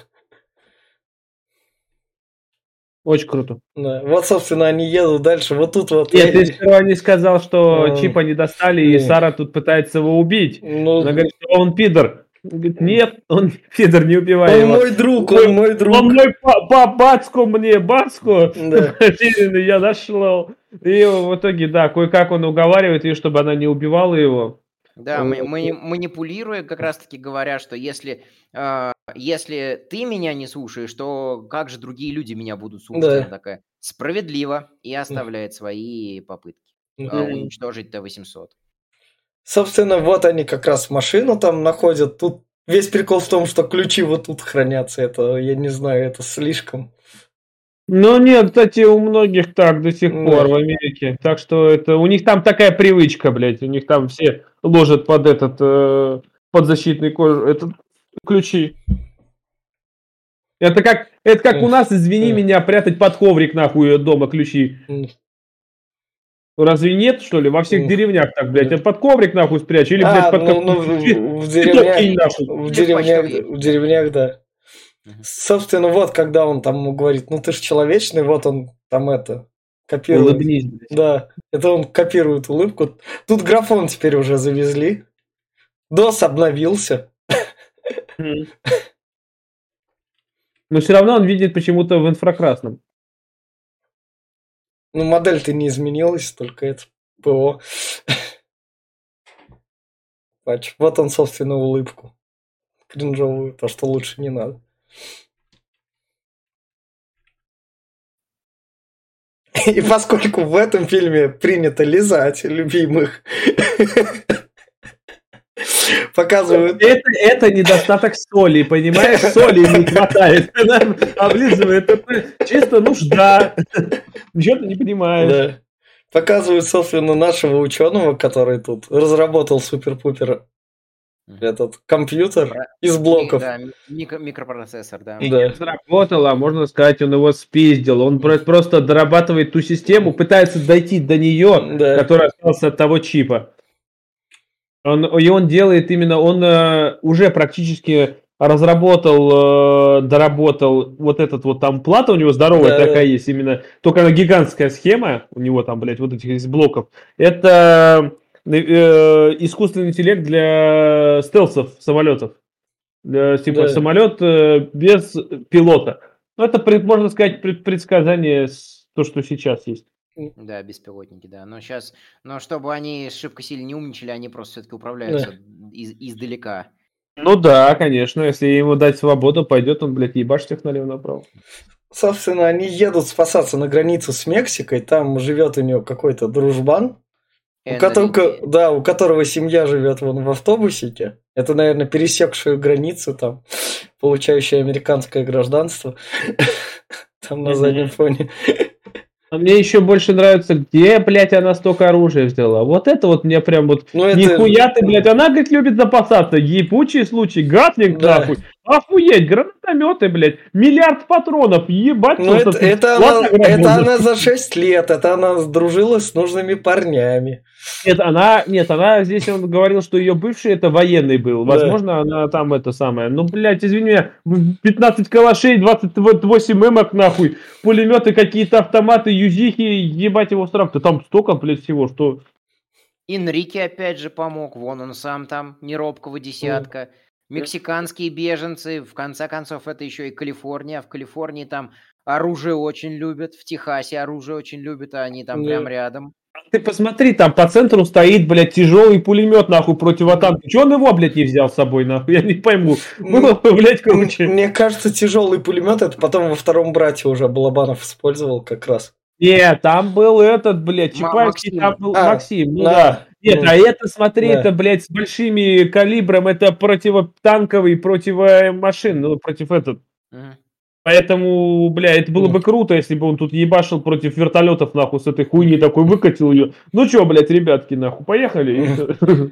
Очень круто. Да. Вот, собственно, они едут дальше. Вот тут вот... Нет, ты сперва не сказал, что mm. чипа не достали, mm. и Сара тут пытается его убить. Ну... Она говорит, что он пидор. Он говорит, нет, он пидор, не убивай он его. Он мой друг, он, он мой друг. Он мой папа, бацку мне, бацку. Да. Я нашел. И в итоге, да, кое-как он уговаривает ее, чтобы она не убивала его. Да, мы, мы манипулируя, как раз-таки говоря, что если, э, если ты меня не слушаешь, то как же другие люди меня будут слушать? Да. Она такая справедливо и оставляет свои попытки э, уничтожить Т восемьсот. Собственно, вот они как раз машину там находят. Тут весь прикол в том, что ключи вот тут хранятся. Это, я не знаю, это слишком. Ну нет, кстати, у многих так до сих Да. пор в Америке. Так что это у них там такая привычка, блядь. У них там все ложат под этот э, под защитный кожу этот ключи. Это как это как у нас, извини Эх. меня, прятать под коврик нахуй дома ключи. М. Разве нет, что ли? Во всех М. деревнях так, блядь. Да. Это под коврик нахуй спрячь или, блядь, А, под ну, ну, какой-то в, цвет- в цветок деревнях, кинь нахуй. в Или в деревнях, почтовый в ящик, да. деревнях, да. Мгм. Собственно, вот, когда он там ему говорит, ну ты же человечный, вот он там это, копирует. Улыбнись, блядь. Да, это он копирует улыбку. Тут графон теперь уже завезли. дос обновился. Мгм. Но все равно он видит почему-то в инфракрасном. Ну, модель-то не изменилась, только это ПО. Патч. Вот он, собственно, улыбку. Кринжовую, то, что лучше не надо. И поскольку в этом фильме принято лизать любимых, показывают... Это, это недостаток соли, понимаешь? Соли не хватает. Она облизывает. Это чисто нужда. Ничего ты не понимаешь. Да. Показывают, собственно, нашего ученого, который тут разработал супер-пупер этот компьютер Про- из ми- блоков. Да, ми- микро- микропроцессор, да. И Да. не разработал, а можно сказать, он его спиздил. Он про- просто дорабатывает ту систему, пытается дойти до нее, Да. которая осталась от того чипа. Он, и он делает именно, он э, уже практически разработал, э, доработал вот этот вот там плата у него здоровая Да, такая да. есть именно, только она гигантская схема у него там, блядь, вот этих из блоков. Это э, искусственный интеллект для стелсов самолетов. Для, типа Да. самолет э, без пилота. Ну, это, пред- можно сказать, пред- предсказание с то, что сейчас есть. Да, беспилотники, да. Но сейчас, но чтобы они шибко сильно не умничали, они просто все-таки управляются из- издалека. Ну да, конечно, если ему дать свободу, пойдет он, блядь, ебашь всех налево-направо. Собственно, они едут спасаться на границу с Мексикой. Там живет у него какой-то дружбан, у которого, Энрике. да, у которого семья живет вон в автобусике. Это, наверное, пересекшую границу, там, получающая американское гражданство. Там на Мгм. заднем фоне. А мне еще больше нравится, где, блядь, она столько оружия взяла. Вот это вот мне прям вот... Ну, это... Нихуя ты, блядь, она, говорит, любит запасаться. Ебучий случай, гатлинг, Да. нахуй. Охуеть, гранатометы, блядь. Миллиард патронов, ебать. Ну, просто это, ты это, склад она, огромный. это она за шесть лет, это она сдружилась с нужными парнями. Нет, она, нет, она здесь, он говорил, что ее бывший это военный был. Да. Возможно, она там это самое. Ну, блядь, извини меня, пятнадцать калашей, двадцать восемь эмок, нахуй, пулеметы, какие-то автоматы, юзихи, ебать его срам-то. Там столько, блядь, всего, что... Энрике опять же помог. Вон он сам там, неробкого десятка. Мексиканские беженцы. В конце концов, это еще и Калифорния. В Калифорнии там оружие очень любят. В Техасе оружие очень любят, а они там Да. прям рядом. Ты посмотри, там по центру стоит, блядь, тяжелый пулемет, нахуй, противотанковый. Чего он его, блядь, не взял с собой, нахуй? Я не пойму. Было бы, блядь, круче. Мне кажется, тяжелый пулемет это потом во втором брате уже Балабанов использовал как раз. Нет, там был этот, блядь, Ма- Чапаевский, Максим. там был А, Максим, ну да, да. Нет, ну, а это, смотри, да. это, блядь, с большими калибром, это противотанковый, противомашин, ну, против этот. Мгм. Поэтому, бля, это было бы круто, если бы он тут ебашил против вертолетов, нахуй, с этой хуйни такой выкатил ее. Ну чё, блядь, ребятки, нахуй, поехали. И всё.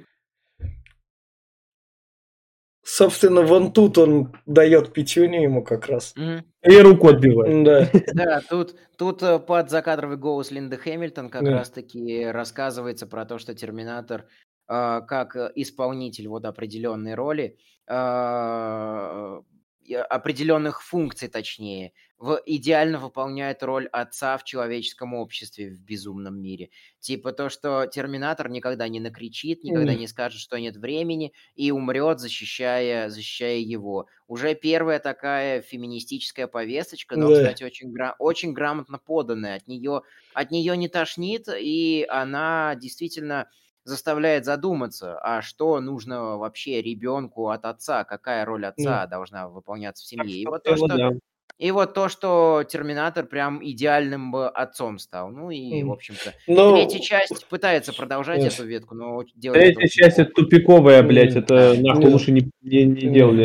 Собственно, вон тут он дает пятюню ему как раз. Мгм. И руку отбивает. Да. Да, тут, тут э, под закадровый голос Линды Хэмилтон как Да. раз-таки рассказывается про то, что Терминатор а, как э, исполнитель вот определенной роли, а, и определенных функций, точнее, в, идеально выполняет роль отца в человеческом обществе в безумном мире. Типа то, что Терминатор никогда не накричит, никогда Мгм. не скажет, что нет времени, и умрет, защищая, защищая его. Уже первая такая феминистическая повесточка, но, Да. кстати, очень, гра- очень грамотно поданная. От нее, от нее не тошнит, и она действительно заставляет задуматься, а что нужно вообще ребенку от отца, какая роль отца должна выполняться в семье. И вот то, Ну, что да. и вот то, что Терминатор прям идеальным бы отцом стал. Ну и, в Мгм. общем-то, Ну, третья часть пытается продолжать Эх. эту ветку, но делает это Третья очень часть плохо. это тупиковая, блядь, Мгм. это Да. нахуй Не. лучше не, не, не Не. делали.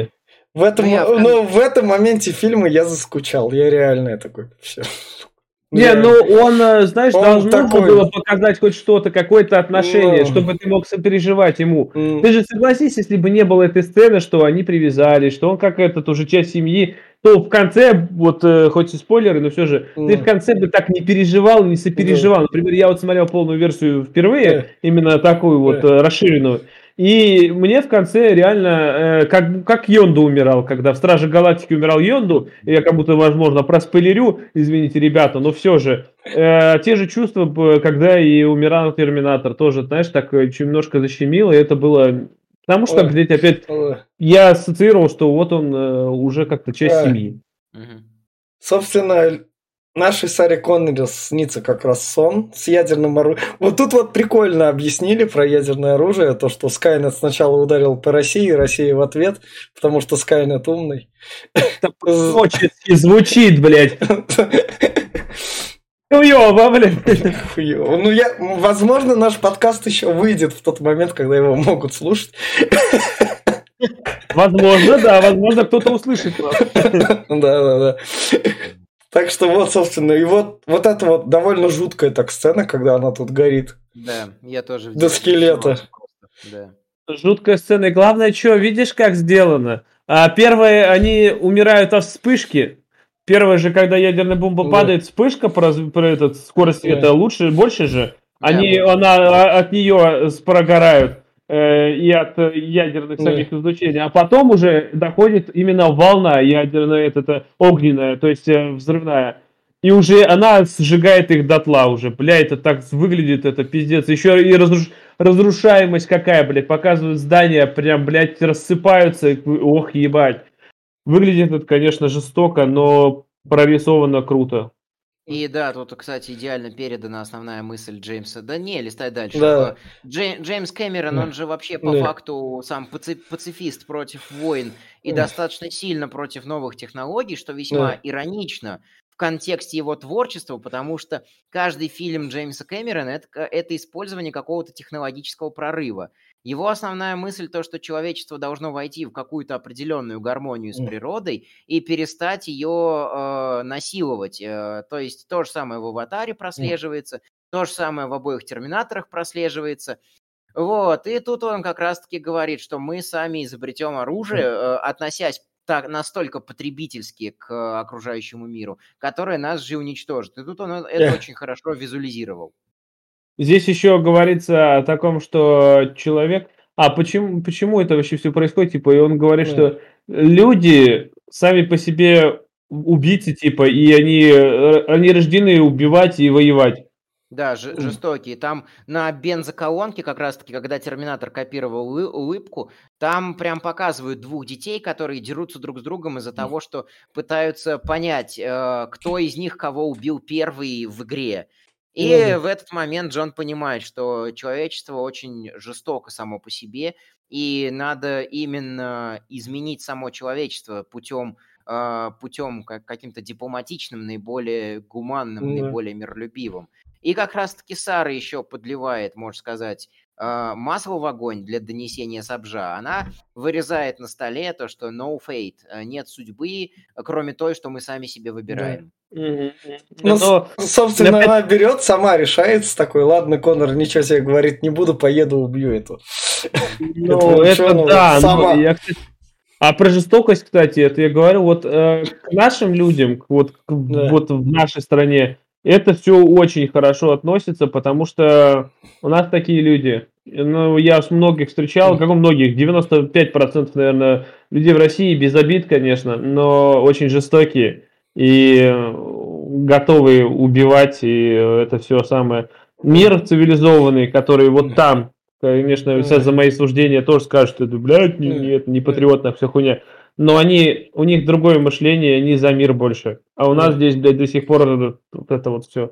В этом, Ну, я в ну, в этом моменте фильма я заскучал. Я реально такой, все. Не, Я- ну он, э, знаешь, Он должно такой. было показать хоть что-то, какое-то отношение, Ну. чтобы ты мог сопереживать ему. М, Ты же согласись, если бы не было этой сцены, что они привязались, что он как этот уже часть семьи, то в конце, вот э, хоть и спойлеры, но все же, ты в м, конце бы так не переживал, не сопереживал. Например, я вот смотрел полную версию э, впервые, именно такую вот э. э, расширенную. И мне в конце реально, э, как, как Йонду умирал, когда в Страже Галактики умирал Йонду, я как будто, возможно, проспойлерю, извините, ребята, но все же, э, те же чувства, б- когда и умирал Терминатор, тоже, знаешь, так э, чуть немножко защемило, и это было... Потому что, Ой, блядь, опять ой. я ассоциировал, что вот он э, уже как-то часть Ой. семьи. Мгм. Собственно, нашей Саре Коннелли снится как раз сон с ядерным оружием. Вот тут вот прикольно объяснили про ядерное оружие, то, что Скайнет сначала ударил по России, Россия в ответ, потому что Скайнет умный. Это по-прочески звучит, блядь. Хуёво, блядь. Хуёво. Ну, я, возможно, наш подкаст еще выйдет в тот момент, когда его могут слушать. Возможно, да, возможно, кто-то услышит нас. Да, да, да. Так что вот, собственно, и вот, вот это вот довольно жуткая так сцена, когда она тут горит. Да, я тоже в До детстве скелета. рисовался просто, да. Жуткая сцена. И главное, что, видишь, как сделано? А первые, они умирают от вспышки. Первое же, когда ядерная бомба Да. падает, вспышка про, раз- про этот, скорость Да. света лучше, больше же. Они, Да, она, а- от нее прогорают э, и от э, ядерных Да. самих излучений. А потом уже доходит именно волна ядерная, это, это огненная, то есть э, взрывная. И уже она сжигает их дотла уже. Бля, это так выглядит, это пиздец. Еще и разруш- разрушаемость какая, блядь. Показывают здания, прям, блядь, рассыпаются. Ох, ебать. Выглядит это, конечно, жестоко, но прорисовано круто. И да, тут, кстати, идеально передана основная мысль Джеймса. Да не, листай дальше. Да. Э, Джей- Джеймс Кэмерон, Да. он же вообще по Да. факту сам паци- пацифист против войн и Да. достаточно сильно против новых технологий, что весьма Да. иронично в контексте его творчества, потому что каждый фильм Джеймса Кэмерона это, ка- это использование какого-то технологического прорыва. Его основная мысль то, что человечество должно войти в какую-то определенную гармонию с М. природой и перестать ее э, насиловать. Э, то есть то же самое в «Аватаре» прослеживается, то же самое в обоих «Терминаторах» прослеживается. Вот, и тут он как раз-таки говорит, что мы сами изобретем оружие, э, относясь так настолько потребительски к э, окружающему миру, которое нас же уничтожит. И тут он э, это Эх. очень хорошо визуализировал. Здесь еще говорится о таком, что человек... А почему, почему это вообще все происходит? Типа, и он говорит, Да. что люди сами по себе убийцы, типа, и они, э, они рождены убивать и воевать. Да, ж- М. жестокие. Там на бензоколонке, как раз-таки, когда Терминатор копировал улы- улыбку, там прям показывают двух детей, которые дерутся друг с другом из-за того, что пытаются понять, э, кто из них кого убил первый в игре. И Ну да. в этот момент Джон понимает, что человечество очень жестоко само по себе, и надо именно изменить само человечество путем, э, путем как- каким-то дипломатичным, наиболее гуманным, Да. наиболее миролюбивым. И как раз-таки Сара еще подливает, можно сказать, а, масло в огонь для донесения сабжа. Она вырезает на столе то, что no fate, а, нет судьбы, а, кроме той, что мы сами себе Да. выбираем. Мгм. Ну, с- Но собственно, опять- она берет, сама решается, такой, ладно, Конор, ничего себе говорит, не буду, поеду, убью эту. Ну, Этого это ученого да. но сама. я, кстати, а про жестокость, кстати, это я говорю, вот э, к нашим людям, к- вот, к- Да. вот в нашей стране, это все очень хорошо относится, потому что у нас такие люди. Ну, я с многих встречал, как у многих, девяносто пять процентов, наверное, людей в России без обид, конечно, но очень жестокие и э, готовые убивать, и э, это все самое. Мир цивилизованный, который вот там, конечно, сейчас за мои суждения тоже скажут, что это, блядь, не, не, это не патриотная вся хуйня. Но они, у них другое мышление, они за мир больше. А у нас здесь, блядь, до сих пор это, вот это вот все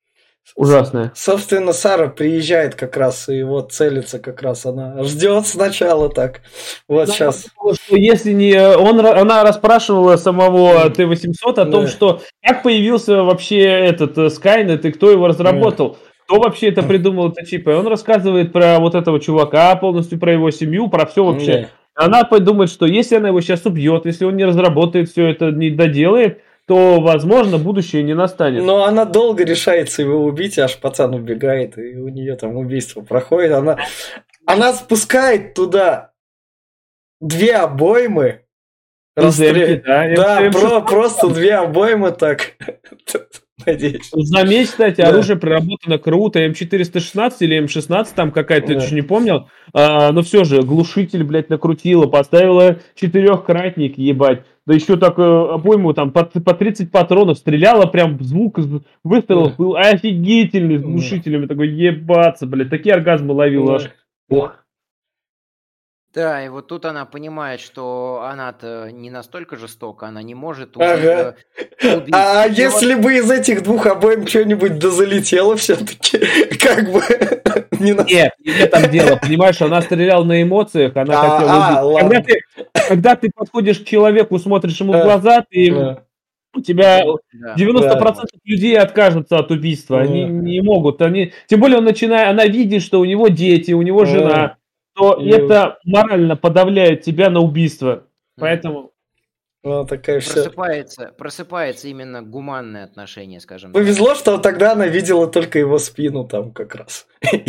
ужасное. Собственно, Сара приезжает как раз, и вот целится как раз она. Ждет сначала так. Вот Да, сейчас. потому что если не он, ра- она расспрашивала самого Т восемьсот о том, Да. что как появился вообще этот э, Скайнет и кто его разработал, кто вообще это придумал, это чипы. Он рассказывает про вот этого чувака, полностью про его семью, про все вообще. Она подумает, что если она его сейчас убьет, если он не разработает все это, не доделает, то, возможно, будущее не настанет. Но она долго решается его убить, аж пацан убегает, и у нее там убийство проходит. Она, она спускает туда две обоймы. Расстрел... Да, да про, просто две обоймы так. Надеюсь. Заметь, кстати, да. Оружие проработано круто. эм четыреста шестнадцать или эм шестнадцать, там какая-то, да. Я чуть не помнил. А, но все же, глушитель, блядь, накрутила, поставила четырехкратник, ебать. Да еще так обойму там по, по тридцать патронов стреляла, прям звук выстрелов да. был офигительный с глушителями. Да. Такой, ебаться, блядь, такие оргазмы ловила да. аж. Ох. Да, и вот тут она понимает, что она-то не настолько жестока, она не может убить. Ага. убить. А и если вот... бы из этих двух обоим что-нибудь дозалетело все-таки, как бы... не на... Нет, не в этом дело, понимаешь, она стреляла на эмоциях, она а, хотела а, убить. Когда ты, когда ты подходишь к человеку, смотришь ему в глаза, ты... Да. У тебя девяносто процентов да. людей откажутся от убийства, да. они не могут, они... Тем более он начинает, она видит, что у него дети, у него жена... Да. то и... это морально подавляет тебя на убийство. Поэтому... Ну, такая просыпается, все... просыпается именно гуманное отношение, скажем так. Повезло, что тогда она видела только его спину там как раз.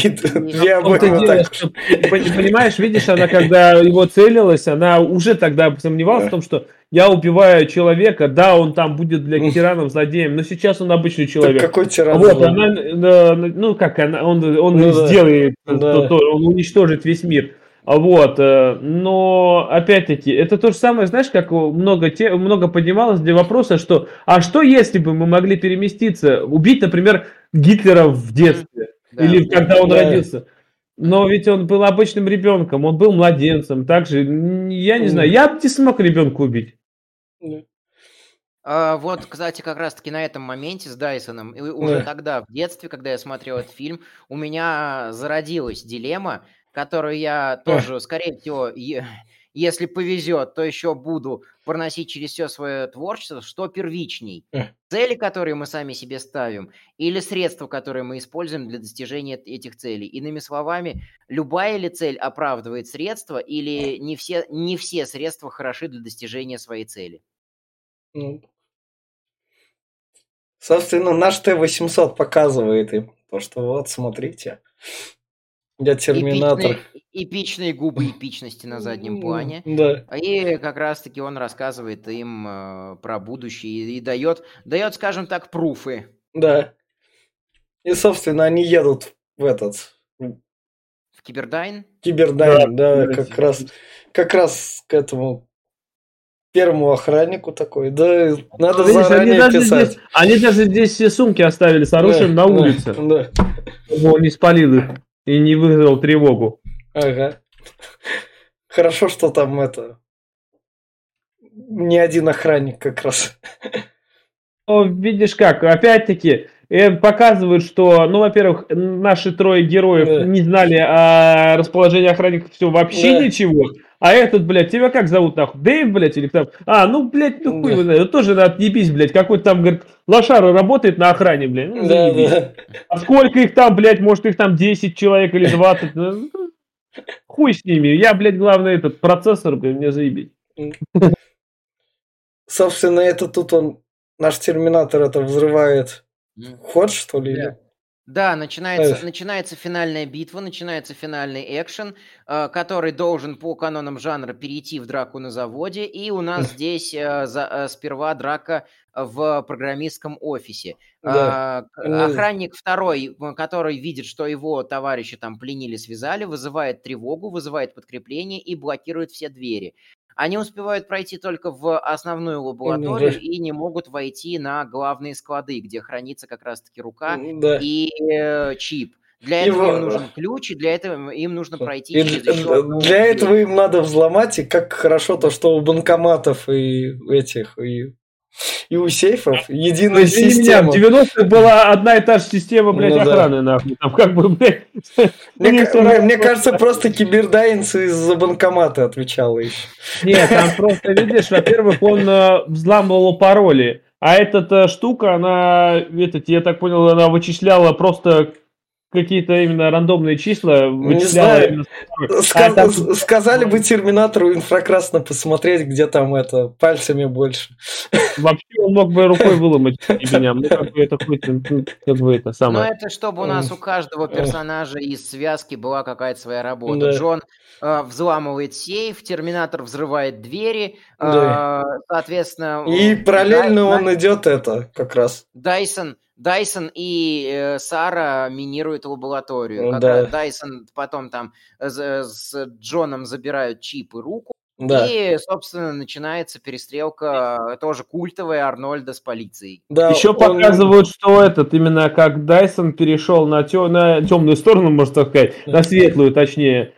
Понимаешь, видишь, она когда его целилась, она уже тогда сомневалась в том, что я убиваю человека, да, он там будет для тираном злодеем, но сейчас он обычный человек. Какой тиран? Вот, она, ну как, она, он, он ну, сделает, да. то, то, он уничтожит весь мир. Вот, но опять-таки, это то же самое, знаешь, как много, те, много поднималось для вопроса, что, а что если бы мы могли переместиться, убить, например, Гитлера в детстве, да, или да, когда он да. родился. Но ведь он был обычным ребенком, он был младенцем, также, я не знаю, я бы не смог ребенка убить. А, вот, кстати, как раз-таки на этом моменте с Дайсоном, и уже да. тогда, в детстве, когда я смотрел этот фильм, у меня зародилась дилемма, которую я тоже, скорее всего, если повезет, то еще буду проносить через все свое творчество, что первичней. Цели, которые мы сами себе ставим, или средства, которые мы используем для достижения этих целей. Иными словами, любая ли цель оправдывает средства, или не все, не все средства хороши для достижения своей цели? Собственно, наш Т восемьсот показывает им то, что вот, смотрите. Я Терминатор. Эпичные, эпичные губы эпичности на заднем плане. Да. И как раз-таки он рассказывает им э, про будущее и, и дает, дает, скажем так, пруфы. Да. И, собственно, они едут в этот... В Кибердайн? Кибердайн, да, да как, раз, как раз к этому первому охраннику такой. Да, надо Видишь, заранее они писать. Здесь, они даже здесь все сумки оставили с оружием да, на улице. Да, да. Он не спалил их. И не вызвал тревогу. Ага. Хорошо, что там это... Не один охранник как раз. Ну, видишь как, опять-таки, показывают, что, ну, во-первых, наши трое героев да. не знали о расположении охранников все вообще да. ничего. А этот, блядь, тебя как зовут, нахуй? Дэйв, блядь, или там... А, ну, блядь, ну, хуй его знает. Тоже надо отъебись, блядь. Какой-то там, говорит, лошара работает на охране, блядь. Ну, да, да. А сколько их там, блядь, может, их там десять человек или двадцать? Ну, хуй с ними. Я, блядь, главное, этот процессор, блядь, мне заебись. Собственно, это тут он, наш Терминатор, это взрывает ход, что ли? Да. Да, начинается, начинается финальная битва, начинается финальный экшен, э, который должен по канонам жанра перейти в драку на заводе, и у нас здесь э, за, э, сперва драка в программистском офисе. Да. Э, охранник второй, который видит, что его товарищи там пленили, связали, вызывает тревогу, вызывает подкрепление и блокирует все двери. Они успевают пройти только в основную лабораторию да. и не могут войти на главные склады, где хранится как раз-таки рука да. и э, чип. Для этого Его... им нужен ключ, и для этого им нужно пройти и через для, еще для этого им надо взломать, и как хорошо то, что у банкоматов и этих, и, и у сейфов единая система. В девяностых была одна и та же система, блядь, ну, охраны, да. нахуй. Там как бы, блядь... Мне, мне, мне кажется, просто Кибердайнс из-за банкомата отвечал еще. Нет, там просто, видишь, во-первых, он э, взламывал пароли, а эта штука, она, этот, я так понял, она вычисляла просто какие-то именно рандомные числа Не вычисляла знаю. именно... Ска- А там- с- Сказали бы Терминатору инфракрасно посмотреть, где там это, пальцами больше. Вообще он мог бы рукой выломать меня. Ну, как бы это хоть, ну, как бы это Но самое. это чтобы у нас у каждого персонажа из связки была какая-то своя работа. Да. Джон э, взламывает сейф, Терминатор взрывает двери, э, Да. соответственно... И э, параллельно Дай- он идет это, как раз. Дайсон, Дайсон и э, Сара минируют лабораторию. Как Да. раз Дайсон потом там с, с Джоном забирают чип и руку. Да. И, собственно, начинается перестрелка, э, тоже культовая, Арнольда с полицией. Да, Еще он- показывают, что этот, именно как Дайсон перешел на, тё- на темную сторону, можно так сказать, Да. на светлую точнее,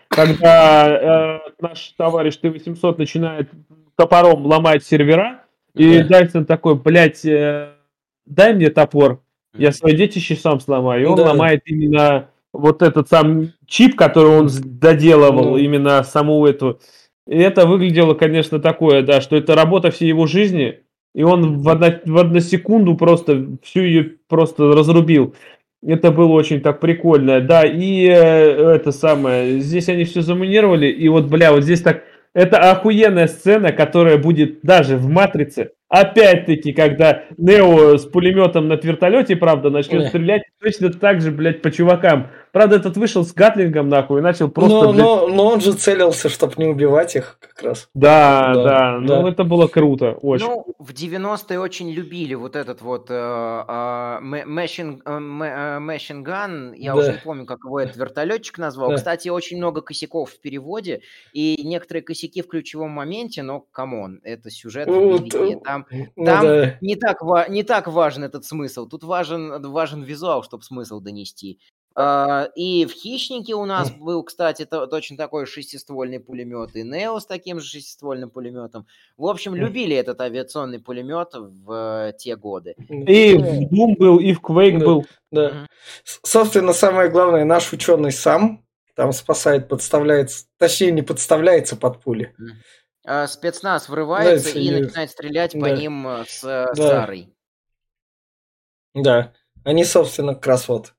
когда э, наш товарищ Т восемьсот начинает топором ломать сервера, и Да. Дайсон такой, блядь, э, дай мне топор, я свои детище сам сломаю. И он Да. ломает именно вот этот сам чип, который он с- доделывал, Ну. именно саму эту. И это выглядело, конечно, такое, да, что это работа всей его жизни, и он в, одно, в одну секунду просто всю ее просто разрубил. Это было очень так прикольно, да, и э, это самое, здесь они все заминировали, и вот, бля, вот здесь так, это охуенная сцена, которая будет даже в «Матрице», опять-таки, когда Нео с пулеметом на вертолете, правда, начнет Да. стрелять, точно так же, блядь, по чувакам. Правда, этот вышел с гатлингом, нахуй, и начал просто, но, блядь, но, но он же целился, чтобы не убивать их как раз. да, Да, да, ну да. это было круто, очень. Ну, в девяностые очень любили вот этот вот э, э, мэ- machine, э, мэ- э, machine gun, я Да. уже не помню, как его этот вертолетчик назвал. Да. Кстати, очень много косяков в переводе, и некоторые косяки в ключевом моменте, но, камон, это сюжет в Вот, боевике. Там, ну там да. не, так ва- не так важен этот смысл, тут важен, важен визуал, чтобы смысл донести. А, И в «Хищнике» у нас был, кстати, то- точно такой шестиствольный пулемет, и Нео с таким же шестиствольным пулеметом. В общем, любили этот авиационный пулемет в э, те годы. И в Doom был, и в Quake Да. был. Да. Мгм. С- Собственно, самое главное, наш ученый сам там спасает, подставляется, точнее, не подставляется под пули. А, Спецназ врывается Да, и и- начинает стрелять по да. ним э, с э, Да. Сарой. Да. Они, собственно, как раз вот.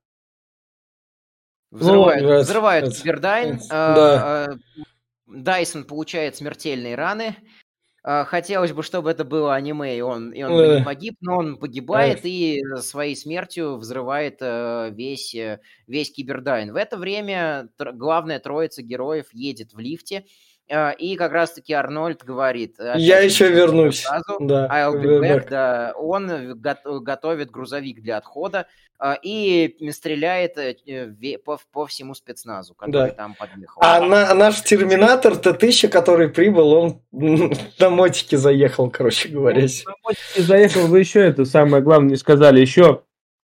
Взрывают, Ну, взрывают это- Кибердайн. это- а, а, Дайсон получает смертельные раны. А, Хотелось бы, чтобы это было аниме, и он, и он бы не Да. погиб, но он погибает и своей смертью взрывает э, весь, э, весь Кибердайн. В это время тр- главная троица героев едет в лифте, э, и как раз-таки Арнольд говорит... опять Я же, еще известную вернусь. фразу, Да. I'll be Be back, back. да, он э, го- готовит грузовик для отхода э, и стреляет э, ве- по, по всему спецназу, который Да. там подъехал. А на- наш Терминатор Т тысяча, который прибыл, он на мотике заехал, короче говоря. На мотике заехал, вы еще это самое главное не сказали. Еще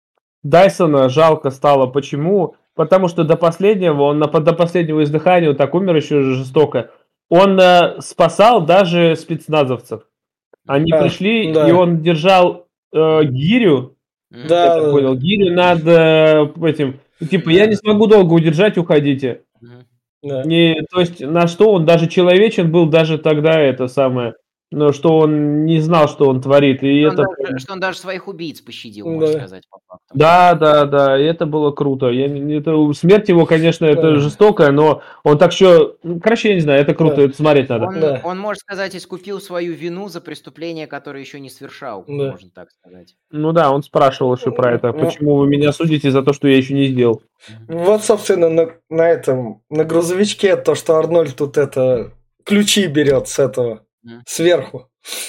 Дайсона жалко стало. Почему? Потому что до последнего, он на, до последнего издыхания вот так умер еще жестоко. Он э, спасал даже спецназовцев. Они А, пришли, да. и он держал э, гирю, Мгм. Да, я так понял, гирю над э, этим. Типа, я не смогу долго удержать, уходите. Мгм. да. Не, то есть, на что он даже человечен был даже тогда, это самое, но что он не знал, что он творит. И Что он, это... даже, что он даже своих убийц пощадил, Да. можно сказать, по факту. Да, да, да, и это было круто. Я, не- это, смерть его, конечно, это Да. жестокая, но он так еще... ну, Короче, я не знаю, это круто, Да. это смотреть надо. Он, Да. он, можно сказать, искупил свою вину за преступление, которое еще не совершал, Да. можно так сказать. Ну да, он спрашивал еще про это. Ну. Почему вы меня судите за то, что я еще не сделал? Вот, собственно, на, на этом, на грузовичке то, что Арнольд тут это ключи берет с этого, Мгм. сверху.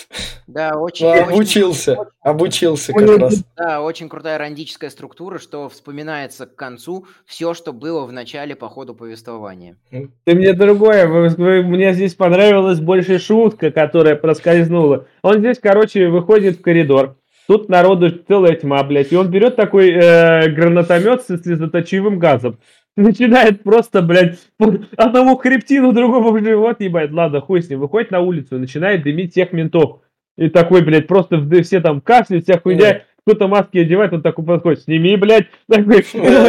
Да, очень, Ну, очень- обучился, обучился как Ой, раз. да, очень крутая рандическая структура, что вспоминается к концу все, что было в начале по ходу повествования. Ты мне другое, вы- вы- мне здесь понравилась больше шутка, которая проскользнула. Он здесь, короче, выходит в коридор. Тут народу целая тьма, блядь. И он берет такой э, гранатомет с слезоточивым газом. Начинает просто, блядь, одному хребтину, другому в живот ебать. Ладно, хуй с ним. Выходит на улицу и начинает дымить всех ментов. И такой, блядь, просто в- все там кашляют, вся хуйня. Кто-то маски одевает, он такой подходит, сними, блядь. Такой,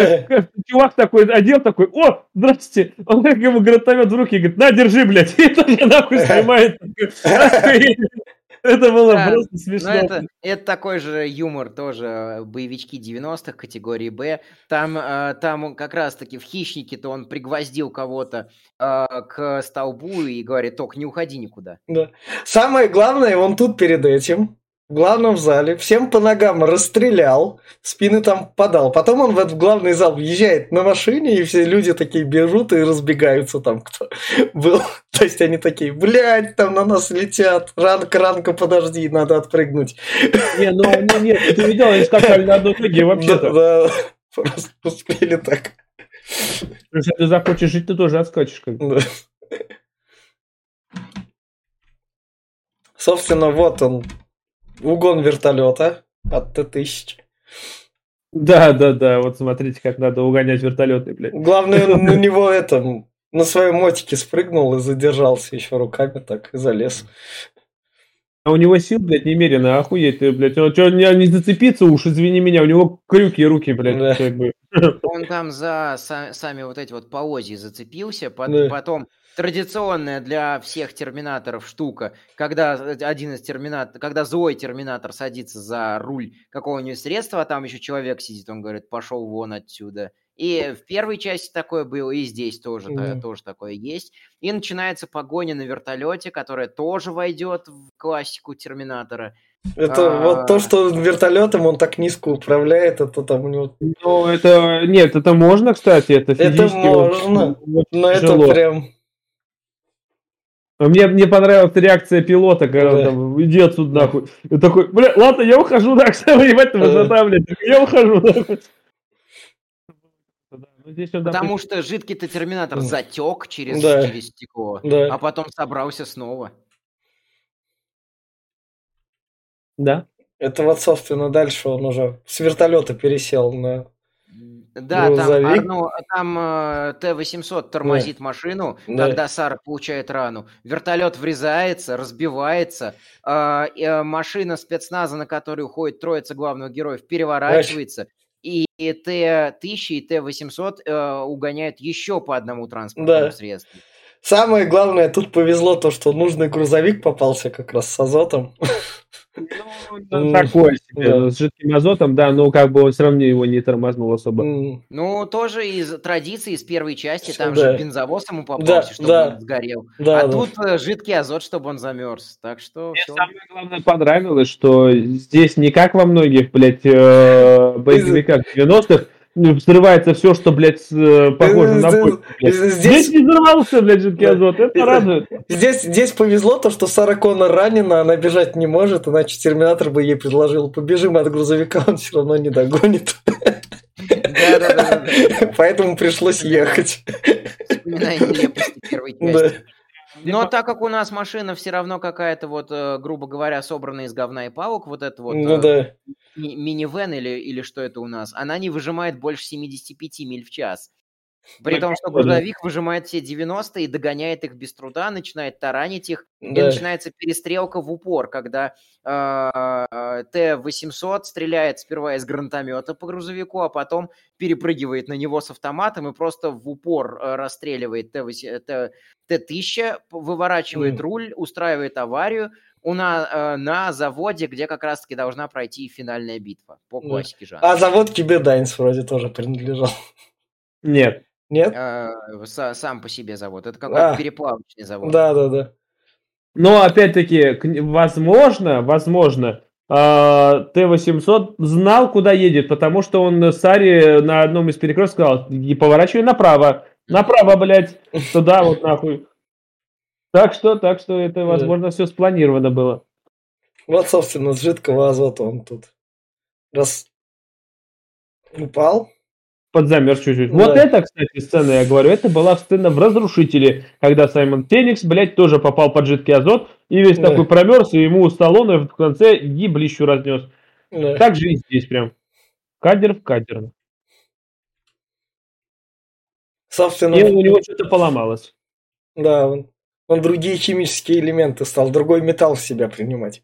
чувак такой одел, такой, о, здравствуйте. Он как ему гранатомет в руки, говорит, на, держи, блядь. И тоже нахуй снимает. Это было Да, просто но смешно. это, это такой же юмор тоже, э, боевички девяностых категории Б. Там, э, там он как раз-таки в «Хищнике»-то он пригвоздил кого-то э, к столбу и говорит, только не уходи никуда. Да. Самое главное, он тут перед этим, в главном зале, всем по ногам расстрелял, спины там подал. Потом он в этот главный зал въезжает на машине, и все люди такие бежут и разбегаются там, кто был. То есть они такие, блядь, там на нас летят, Ранка, Ранка, подожди, надо отпрыгнуть. Не, ну, не, нет, ты видел, они скакали на одной ноге вообще-то. Да, да, просто успели так. Если ты захочешь жить, ты тоже отскочишь. Как бы. Да. Собственно, вот он, угон вертолета от Т тысяча. Да, да, да, вот смотрите, как надо угонять вертолеты, блядь. Главное, он на него это, на своем мотике спрыгнул и задержался еще руками так и залез. А у него сил, блядь, немерено, охуеть ты, блядь. Он что, не, не зацепиться уж, извини меня, у него крюки руки, блядь, Да. как бы. Он там за са- сами вот эти вот полозья зацепился, пот- Да. потом традиционная для всех терминаторов штука, когда один из терминатор, когда злой терминатор садится за руль какого-нибудь средства, а там еще человек сидит, он говорит, пошел вон отсюда. И в первой части такое было, и здесь тоже, та- Мгм. тоже такое есть. И начинается погоня на вертолете, которая тоже войдет в классику терминатора. Это А. вот то, что вертолетом он так низко управляет, это там у него... Ну, это, нет, это можно, кстати, это Это физически можно, очень но тяжело. это прям... Мне, мне понравилась реакция пилота, когда он Да. там, иди отсюда нахуй. И такой, бля, ладно, я ухожу, так, ебать, ты высота, блядь, я ухожу, нахуй. Ну, здесь он, Потому допустим, что жидкий-то терминатор Мгм. затек через, Да. через стекло, Да. а потом собрался снова. Да. Это вот, собственно, дальше он уже с вертолета пересел на... Да, там, Грузовик. Арно, там э, Т восемьсот тормозит машину, Да. когда Сарк получает рану. Вертолет врезается, разбивается. э, и, э, машина спецназа, на которой уходит троица главных героев, переворачивается. И Т тысяча и Т восемьсот э, угоняют еще по одному транспортному Да. средству. Самое главное, тут повезло то, что нужный грузовик попался как раз с азотом. Ну, М, такое себе, да. ну, с жидким азотом, да, но как бы он все равно его не тормознул особо. М, Ну, тоже из традиции, из первой части, там Да. же бензовоз ему Да, попался, чтобы да. он сгорел. Да, а да. тут э, жидкий азот, чтобы он замерз. Так что Мне все. самое главное понравилось, что здесь не как во многих, блядь, э, боевиках девяностых, ну, взрывается все, что, блядь, с- э, похоже на Здесь- бой, блядь. здесь- Здесь не взорвался, блядь, жидкий Да. азот, это радует. Здесь, здесь повезло то, что Сара Коннор ранена, она бежать не может, иначе Терминатор бы ей предложил, побежим от грузовика, он все равно не догонит. Да-да-да. Поэтому пришлось ехать. Вспоминая нелепости первой Да. части. Но так как у нас машина все равно какая-то вот, э, грубо говоря, собранная из говна и палок, вот это вот Ну э, да. ми- минивэн или, или что это у нас, она не выжимает больше семьдесят пять миль в час. При Ну, том, что прикольно. грузовик выжимает все девяносто и догоняет их без труда, начинает таранить их, и Да. начинается перестрелка в упор, когда э, Т восемьсот стреляет сперва из гранатомета по грузовику, а потом перепрыгивает на него с автоматом и просто в упор э, расстреливает Т тысяча, выворачивает Мгм. руль, устраивает аварию у на, э, на заводе, где как раз-таки должна пройти финальная битва по Да. классике жанра. А завод Кибе Дайнс вроде тоже принадлежал. Нет. Нет? Э, са- сам по себе завод. Это какой-то А. переплавочный завод. Да, да, да. Но опять-таки, к- возможно, возможно, а, Т восемьсот знал, куда едет, потому что он Саре на одном из перекрестков сказал, и поворачивай направо, направо, блядь, туда вот нахуй. Так что, так что это, возможно, все спланировано было. Вот, собственно, с жидкого азота он тут раз упал. Подзамерз чуть-чуть. Да. Вот это, кстати, сцена, я говорю, это была сцена в «Разрушителе», когда Саймон Феникс, блядь, тоже попал под жидкий азот, и весь Да. такой промерз, и ему Сталлоне в конце еблищу разнес. Да. Так же и здесь прям. Кадр в кадр. Собственно, И у него что-то поломалось. да, он, он другие химические элементы стал, другой металл в себя принимать.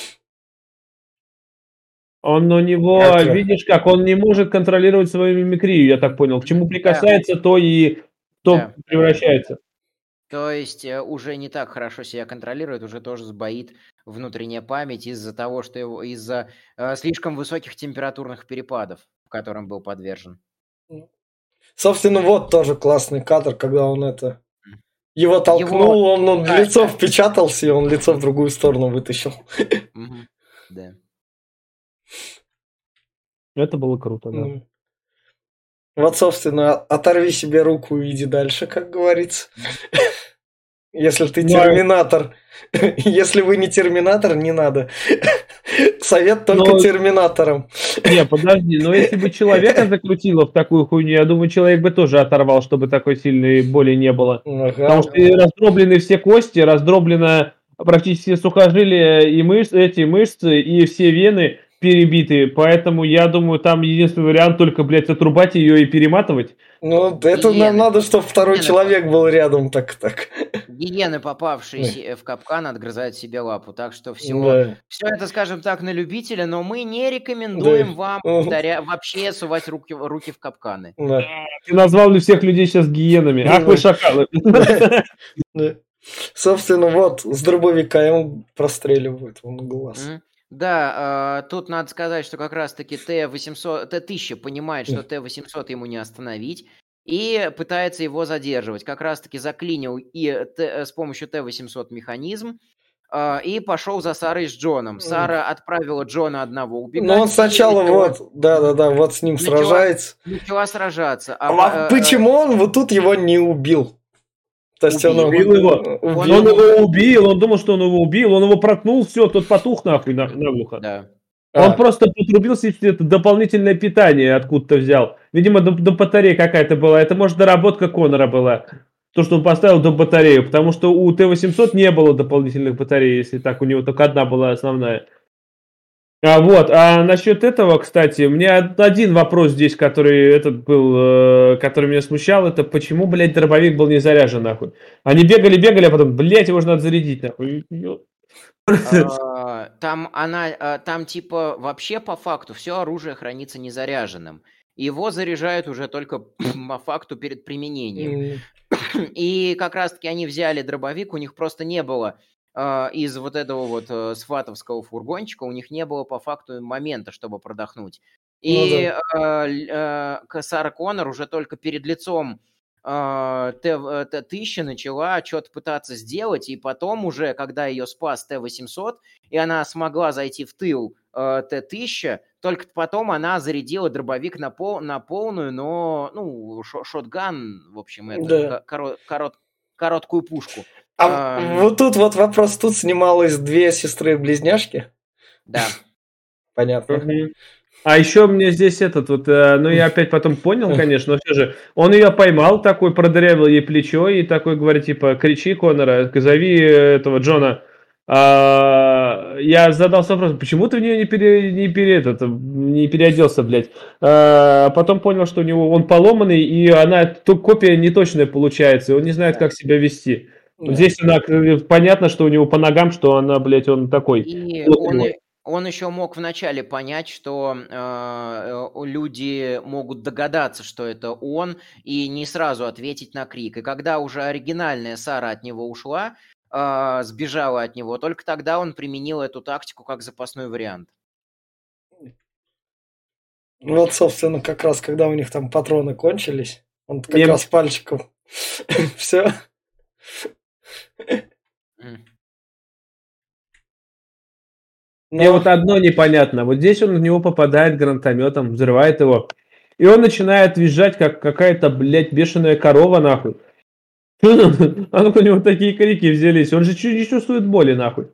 Он у него, Как же? видишь как, он не может контролировать свою мимикрию, я так понял. К чему прикасается, то и то Да. превращается. То есть э, уже не так хорошо себя контролирует, уже тоже сбоит внутренняя память из-за того, что его из-за э, слишком высоких температурных перепадов, которым был подвержен. Собственно, вот тоже классный кадр, когда он это... Его Его, толкнул, он, он в да, лицо да. впечатался, и он лицо в другую сторону вытащил. Мгм. Да. Это было круто, да. М. Вот, собственно, оторви себе руку и иди дальше, как говорится. Мгм. Если ты Ну, а- терминатор. Если вы не терминатор, не надо. Совет только Но- терминаторам. Не, подожди, но если бы человека закрутило в такую хуйню, я думаю, человек бы тоже оторвал, чтобы такой сильной боли не было. Потому что Ага. и раздроблены все кости, раздроблено практически все сухожилия и мышцы, эти мышцы, и все вены перебиты. Поэтому я думаю, там единственный вариант только, блядь, отрубать ее и перематывать. Ну, это нам Гиены. надо, чтобы второй Гиены, человек был рядом, так так. Гиены, попавшие се- в капкан, отгрызают себе лапу. Так что все, Да. все это, скажем так, на любителя, но мы не рекомендуем Да. вам Мгм. повторя- вообще сувать руки, руки в капканы. Да. Ты назвал ли всех людей сейчас гиенами? Ах вы Да. шакалы. Да. Собственно, вот с дробовика ему простреливают он глаз. Мгм. Да, а, тут надо сказать, что как раз-таки Т восемьсот, Т тысяча понимает, что Т восемьсот ему не остановить, и пытается его задерживать. Как раз-таки заклинил и Т- с помощью Т восемьсот механизм, а, и пошел за Сарой с Джоном. Мгм. Сара отправила Джона одного убегать. Ну, он и сначала начала- вот, да-да-да, вот с ним Начала- сражается. начала сражаться. А А, ва- э, э, почему он вот тут его не убил? То есть он Убил его. убил. Он Он думал- его убил, он думал, что он его убил, он его проткнул, все, тот потух нахуй на, наглухо. Да. Он А, просто потрубился, и это дополнительное питание откуда-то взял. Видимо, до, до батареи какая-то была. Это, может, доработка Конора была. То, что он поставил до батарею. Потому что у Т восемьсот не было дополнительных батарей, если так. У него только одна была основная. А вот, а насчет этого, кстати, у меня один вопрос здесь, который этот был, э, который меня смущал, это почему, блядь, дробовик был не заряжен, нахуй. Они бегали-бегали, а потом, блядь, его же надо зарядить, нахуй. А, Там она, а, там типа вообще по факту все оружие хранится незаряженным. Его заряжают уже только по факту перед применением. м, И как раз-таки они взяли дробовик, у них просто не было а, из вот этого вот э, сватовского фургончика, у них не было по факту момента, чтобы продохнуть. Ну И а, л- а, к- Сара Коннор уже только перед лицом а, Т э, Т тысяча начала что-то пытаться сделать, и потом уже, когда ее спас Т восемьсот, и она смогла зайти в тыл э, Т тысяча, только потом она зарядила дробовик на, пол, на полную, но, ну, шо- шотган, в общем, это, Да. ко- коро- корот- короткую пушку. А Ам, вот тут вот вопрос, тут снималось две сестры-близняшки. Да. Понятно. Мгм. А еще мне здесь этот вот, э, ну я опять потом понял, конечно, но все же, он ее поймал, такой продырявил ей плечо и такой говорит, типа, кричи, Конора, зови этого Джона. А, я задался вопросом, почему ты в нее не, пере, не, пере, этот, не переоделся, блядь. А потом понял, что у него он поломанный, и она, то, копия неточная получается, и он не знает, как себя вести. Вот Да. здесь она, э, понятно, что у него по ногам, что она, блядь, он такой. И Вот он, его. и- он еще мог вначале понять, что э, э, люди могут догадаться, что это он, и не сразу ответить на крик. И когда уже оригинальная Сара от него ушла, э, сбежала от него, только тогда он применил эту тактику как запасной вариант. Вот, собственно, как раз, когда у них там патроны кончились, он как Мем- раз пальчиком. Все. М. Мне вот одно непонятно. Вот здесь он в него попадает гранатометом, взрывает его. И он начинает визжать, как какая-то, блядь, бешеная корова, нахуй. А ну у него такие крики взялись. Он же чуть не чувствует боли, нахуй.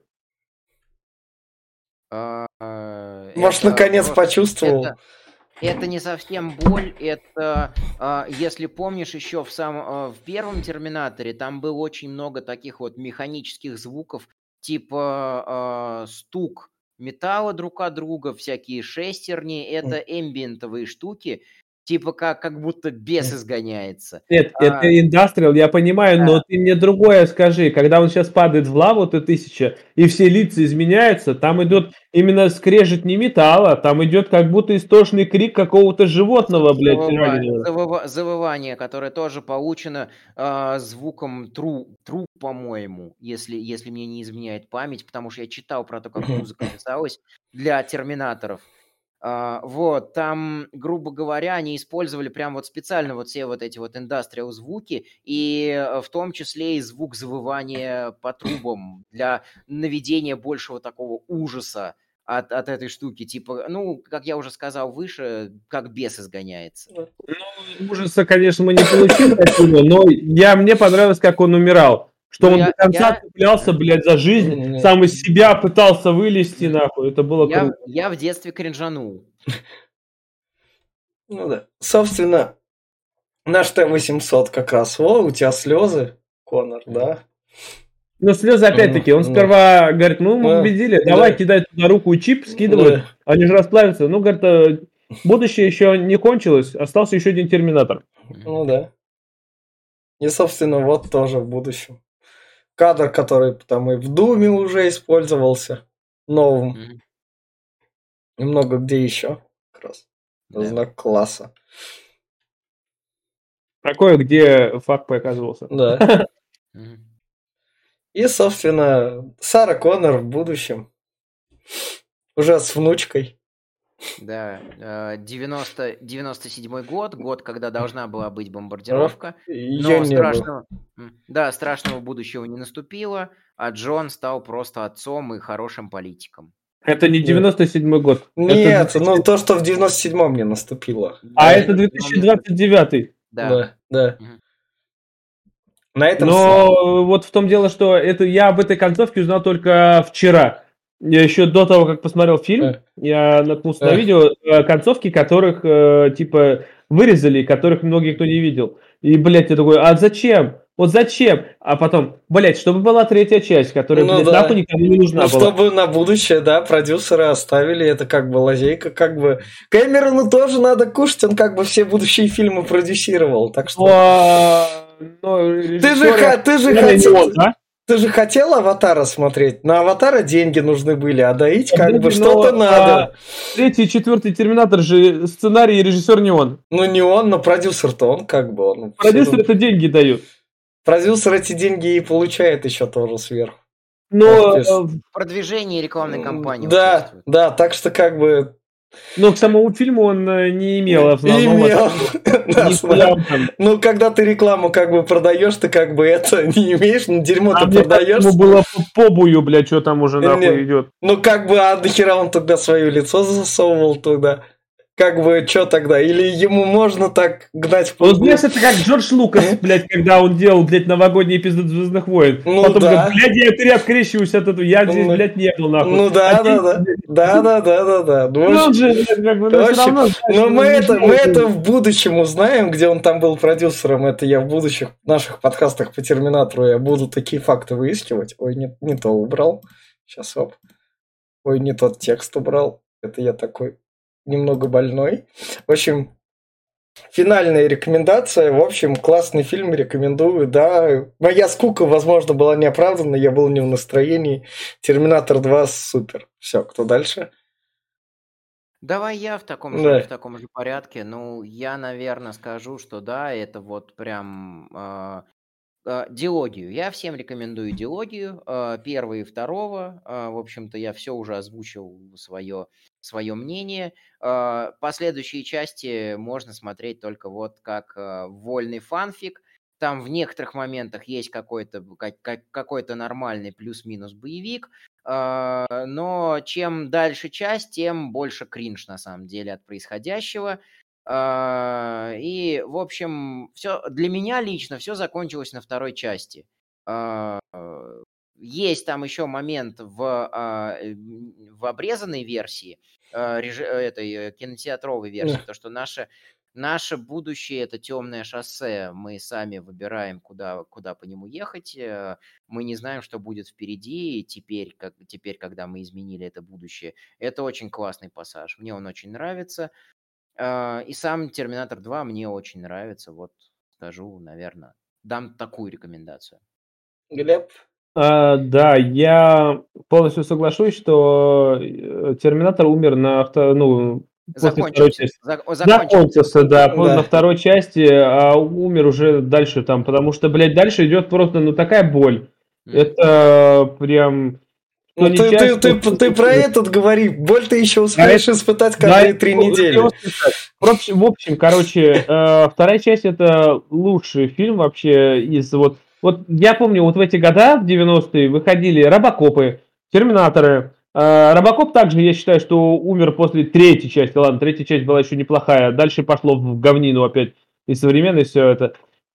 А, э, Может, это наконец просто- почувствовал. это- Это не совсем боль, это, а, если помнишь, еще в, сам, а, в первом Терминаторе там было очень много таких вот механических звуков, типа а, стук металла друг от друга, всякие шестерни, это эмбиентовые штуки, Типа как, как будто бес изгоняется. Нет, А, это индастриал, я понимаю, но да. ты мне другое скажи. Когда он сейчас падает в лаву, ты тысяча, и все лица изменяются, там идет именно скрежет не металла, там идет как будто истошный крик какого-то животного, блядь, Завыва- раненого. завыва- Завывание, которое тоже получено а, звуком тру, тру, по-моему, если, если мне не изменяет память, потому что я читал про то, как музыка писалась для терминаторов. А, вот, там, грубо говоря, они использовали прям вот специально вот все вот эти вот индастриал звуки, и э, в том числе и звук завывания по трубам для наведения большего такого ужаса от, от этой штуки. Типа, ну, как я уже сказал выше, как бес изгоняется. Ну, ужаса, конечно, мы не получили оттуда, но я, мне понравилось, как он умирал. Что Ну, он я- до конца я- цеплялся, блядь, за жизнь, Мгм. сам из себя пытался вылезти, нахуй. Это было Я, круто. я в детстве кринжанул. Ну да. Собственно, наш Т восемьсот как раз. Во, у тебя слезы, Конор, да? Но слезы, опять-таки, он Ну, сперва говорит, ну, мы да, победили, давай, да. кидай туда руку и чип, скидывают, Да. они же расплавятся. Ну, говорит, э, будущее еще не кончилось, остался еще один терминатор. Ну да. И, собственно, вот тоже в будущем. Кадр, который там и в Думе уже использовался, новым. Мгм. И много где еще. Как раз. Да. Знак класса. Такое, где факт оказывался. Да. Мгм. И, собственно, Сара Коннор в будущем. Уже с внучкой. Да, э, девяносто, девяносто седьмой год, год, когда должна была быть бомбардировка, Ее но не было. страшного, м, да, страшного будущего не наступило, а Джон стал просто отцом и хорошим политиком. Это не девяносто седьмой год. Нет, это... ну то, что в девяносто седьмом не наступило. А Да, это и две тысячи двадцать девятый. Да. Да, да. Мгм. На этом все. Но вот в том дело, что это я об этой концовке узнал только вчера. Я еще до того, как посмотрел фильм, Э. я наткнулся на Э. видео, э, концовки которых, э, типа, вырезали, которых многие кто не видел. И, блядь, я такой, а зачем? Вот зачем? А потом, блядь, чтобы была третья часть, которая, Ну блядь, да. нахуй никому не нужна Ну, была. чтобы на будущее, да, продюсеры оставили, это как бы лазейка, как бы... Кэмерону тоже надо кушать, он как бы все будущие фильмы продюсировал, так что... Но, но Ты же, режиссеры- ха- ты же наверное, не хотел... он, да? Ты же хотел «Аватара» смотреть? На «Аватара» деньги нужны были, а доить как бы Но, что-то а, надо. Третий и четвертый Терминатор же сценарий и режиссер не он. Ну, не он, но продюсер-то он как бы... Он Продюсер всё- это деньги дают. Продюсер эти деньги и получает еще тоже сверху. Но, Вот, э, В продвижении рекламной кампании Да, участвует. да, так что как бы... но к самому фильму он э, не имел основного. Имел. Да, Нихуя он там. Ну, когда ты рекламу как бы продаешь, ты как бы это не имеешь, ну, дерьмо А ты мне продаешь. ему было по побую, блядь, что там уже Не. нахуй идет. Ну, как бы, а нахера он тогда свое лицо засовывал туда? Как бы, что тогда? Или ему можно так гнать в Вот пизду? знаешь, это как Джордж Лукас, блядь, когда он делал, блядь, новогодний эпизод «Звездных войн». Ну Потом да. говорит, блядь, я переоткрещиваюсь от этого, я здесь, Ну, блядь, не был, нахуй. Ну да, А да, здесь, да. блядь, Да, да, да, да, да. Ну, ну, он вообще- же, блядь, как бы, но вообще- все равно, знаешь, Но мы он не это, мы делает. это в будущем узнаем, где он там был продюсером. Это я в будущих наших подкастах по Терминатору я буду такие факты выискивать. Ой, не, не то убрал. Сейчас, оп. Ой, не тот текст убрал. Это я такой немного больной. В общем, финальная рекомендация. В общем, классный фильм, рекомендую. Да, моя скука, возможно, была неоправданна. Я был не в настроении. Терминатор два супер. Все, кто дальше? Давай я в таком, Да. же, в таком же порядке. Ну, я, наверное, скажу, что да, это вот прям а, а, дилогию. Я всем рекомендую дилогию, а, первого и второго. А, в общем-то, я все уже озвучил свое, свое мнение. А, последующие части можно смотреть только вот как а, вольный фанфик. Там в некоторых моментах есть какой-то как- как- какой-то нормальный плюс-минус боевик. А, но чем дальше часть, тем больше кринж на самом деле от происходящего. А, И, в общем, все для меня лично все закончилось на второй части. А, э, Есть там еще момент в, а, э, м, в обрезанной версии, а, реже- э, этой э, кинотеатровой версии, то, что наше, наше будущее это темное шоссе, мы сами выбираем, куда, куда по нему ехать, э, мы не знаем, что будет впереди, и теперь, как, теперь, когда мы изменили это будущее. Это очень классный пассаж, мне он очень нравится. А, И сам Терминатор два мне очень нравится. Вот скажу, наверное, дам такую рекомендацию. Глеб? А, да, я полностью соглашусь, что э, Терминатор умер на авто, ну, после второй Закончился. части. Зак- о, Закончился. Закончился, да, по- на Да. второй части, а умер уже дальше там, потому что, блядь, дальше идет просто, ну, такая боль. М. Это прям... Ну, что не ты, ты, часть, ты, то ты про этот говори. Боль ты еще А успеешь это- испытать Да, каждые это три успел недели. сказать. В общем, в общем, короче, э, вторая часть это лучший фильм вообще из вот. Вот я помню, вот в эти года, в девяностые, выходили Робокопы, Терминаторы. Э, Робокоп также, я считаю, что умер после третьей части. Ладно, третья часть была еще неплохая. Дальше пошло в говнину опять и современность все это.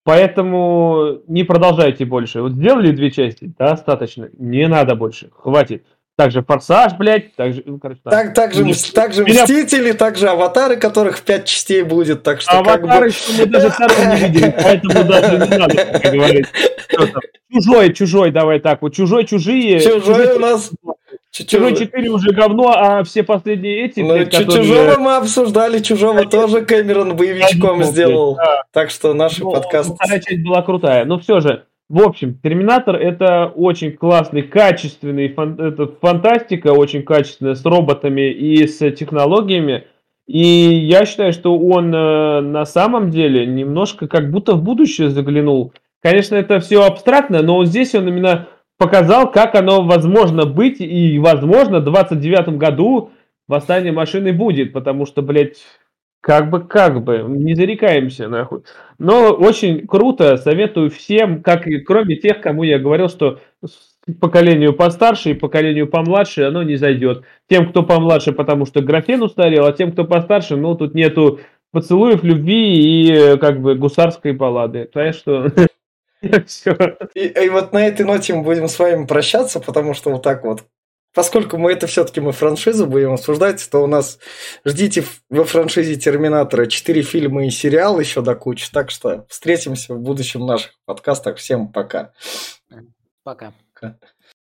Поэтому не продолжайте больше. Вот сделали две части, достаточно. Не надо больше. Хватит. Также Форсаж, блядь, также, ну, короче, да. Так, также, Меня- мс- также меня- Мстители, также Аватары, которых пять частей будет, так что как Аватар бы... еще мы даже второго не видели, поэтому даже не надо пока говорить. Что там? Чужой, чужой, давай так вот. Чужой, чужие. Чужой у нас... Чужой четыре уже говно, а все последние эти, Ну, блядь, Чу- которые... Чужого мы обсуждали, Чужого тоже Кэмерон боевичком Конечно, сделал. да. Так что наши Ну, подкасты... вторая часть была крутая. Но все же, в общем, Терминатор это очень классный, качественный, фан- это фантастика, очень качественная, с роботами и с технологиями. И я считаю, что он э, на самом деле немножко как будто в будущее заглянул. Конечно, это все абстрактно, но вот здесь он именно показал, как оно возможно быть, и, возможно, в двадцать девятом году восстание машины будет, потому что, блядь, как бы, как бы, не зарекаемся, нахуй. Но очень круто, советую всем, как и кроме тех, кому я говорил, что с- поколению постарше и поколению помладше оно не зайдет. Тем, кто помладше, потому что графен устарел, а тем, кто постарше, ну, тут нету поцелуев, любви и э, как бы гусарской баллады. Так что все. И, и вот на этой ноте мы будем с вами прощаться, потому что вот так вот. Поскольку мы это все-таки мы франшизу будем обсуждать, то у нас ждите в- во франшизе Терминатора четыре фильма и сериал еще до кучи. Так что встретимся в будущем наших подкастах. Всем пока. Пока. Пока.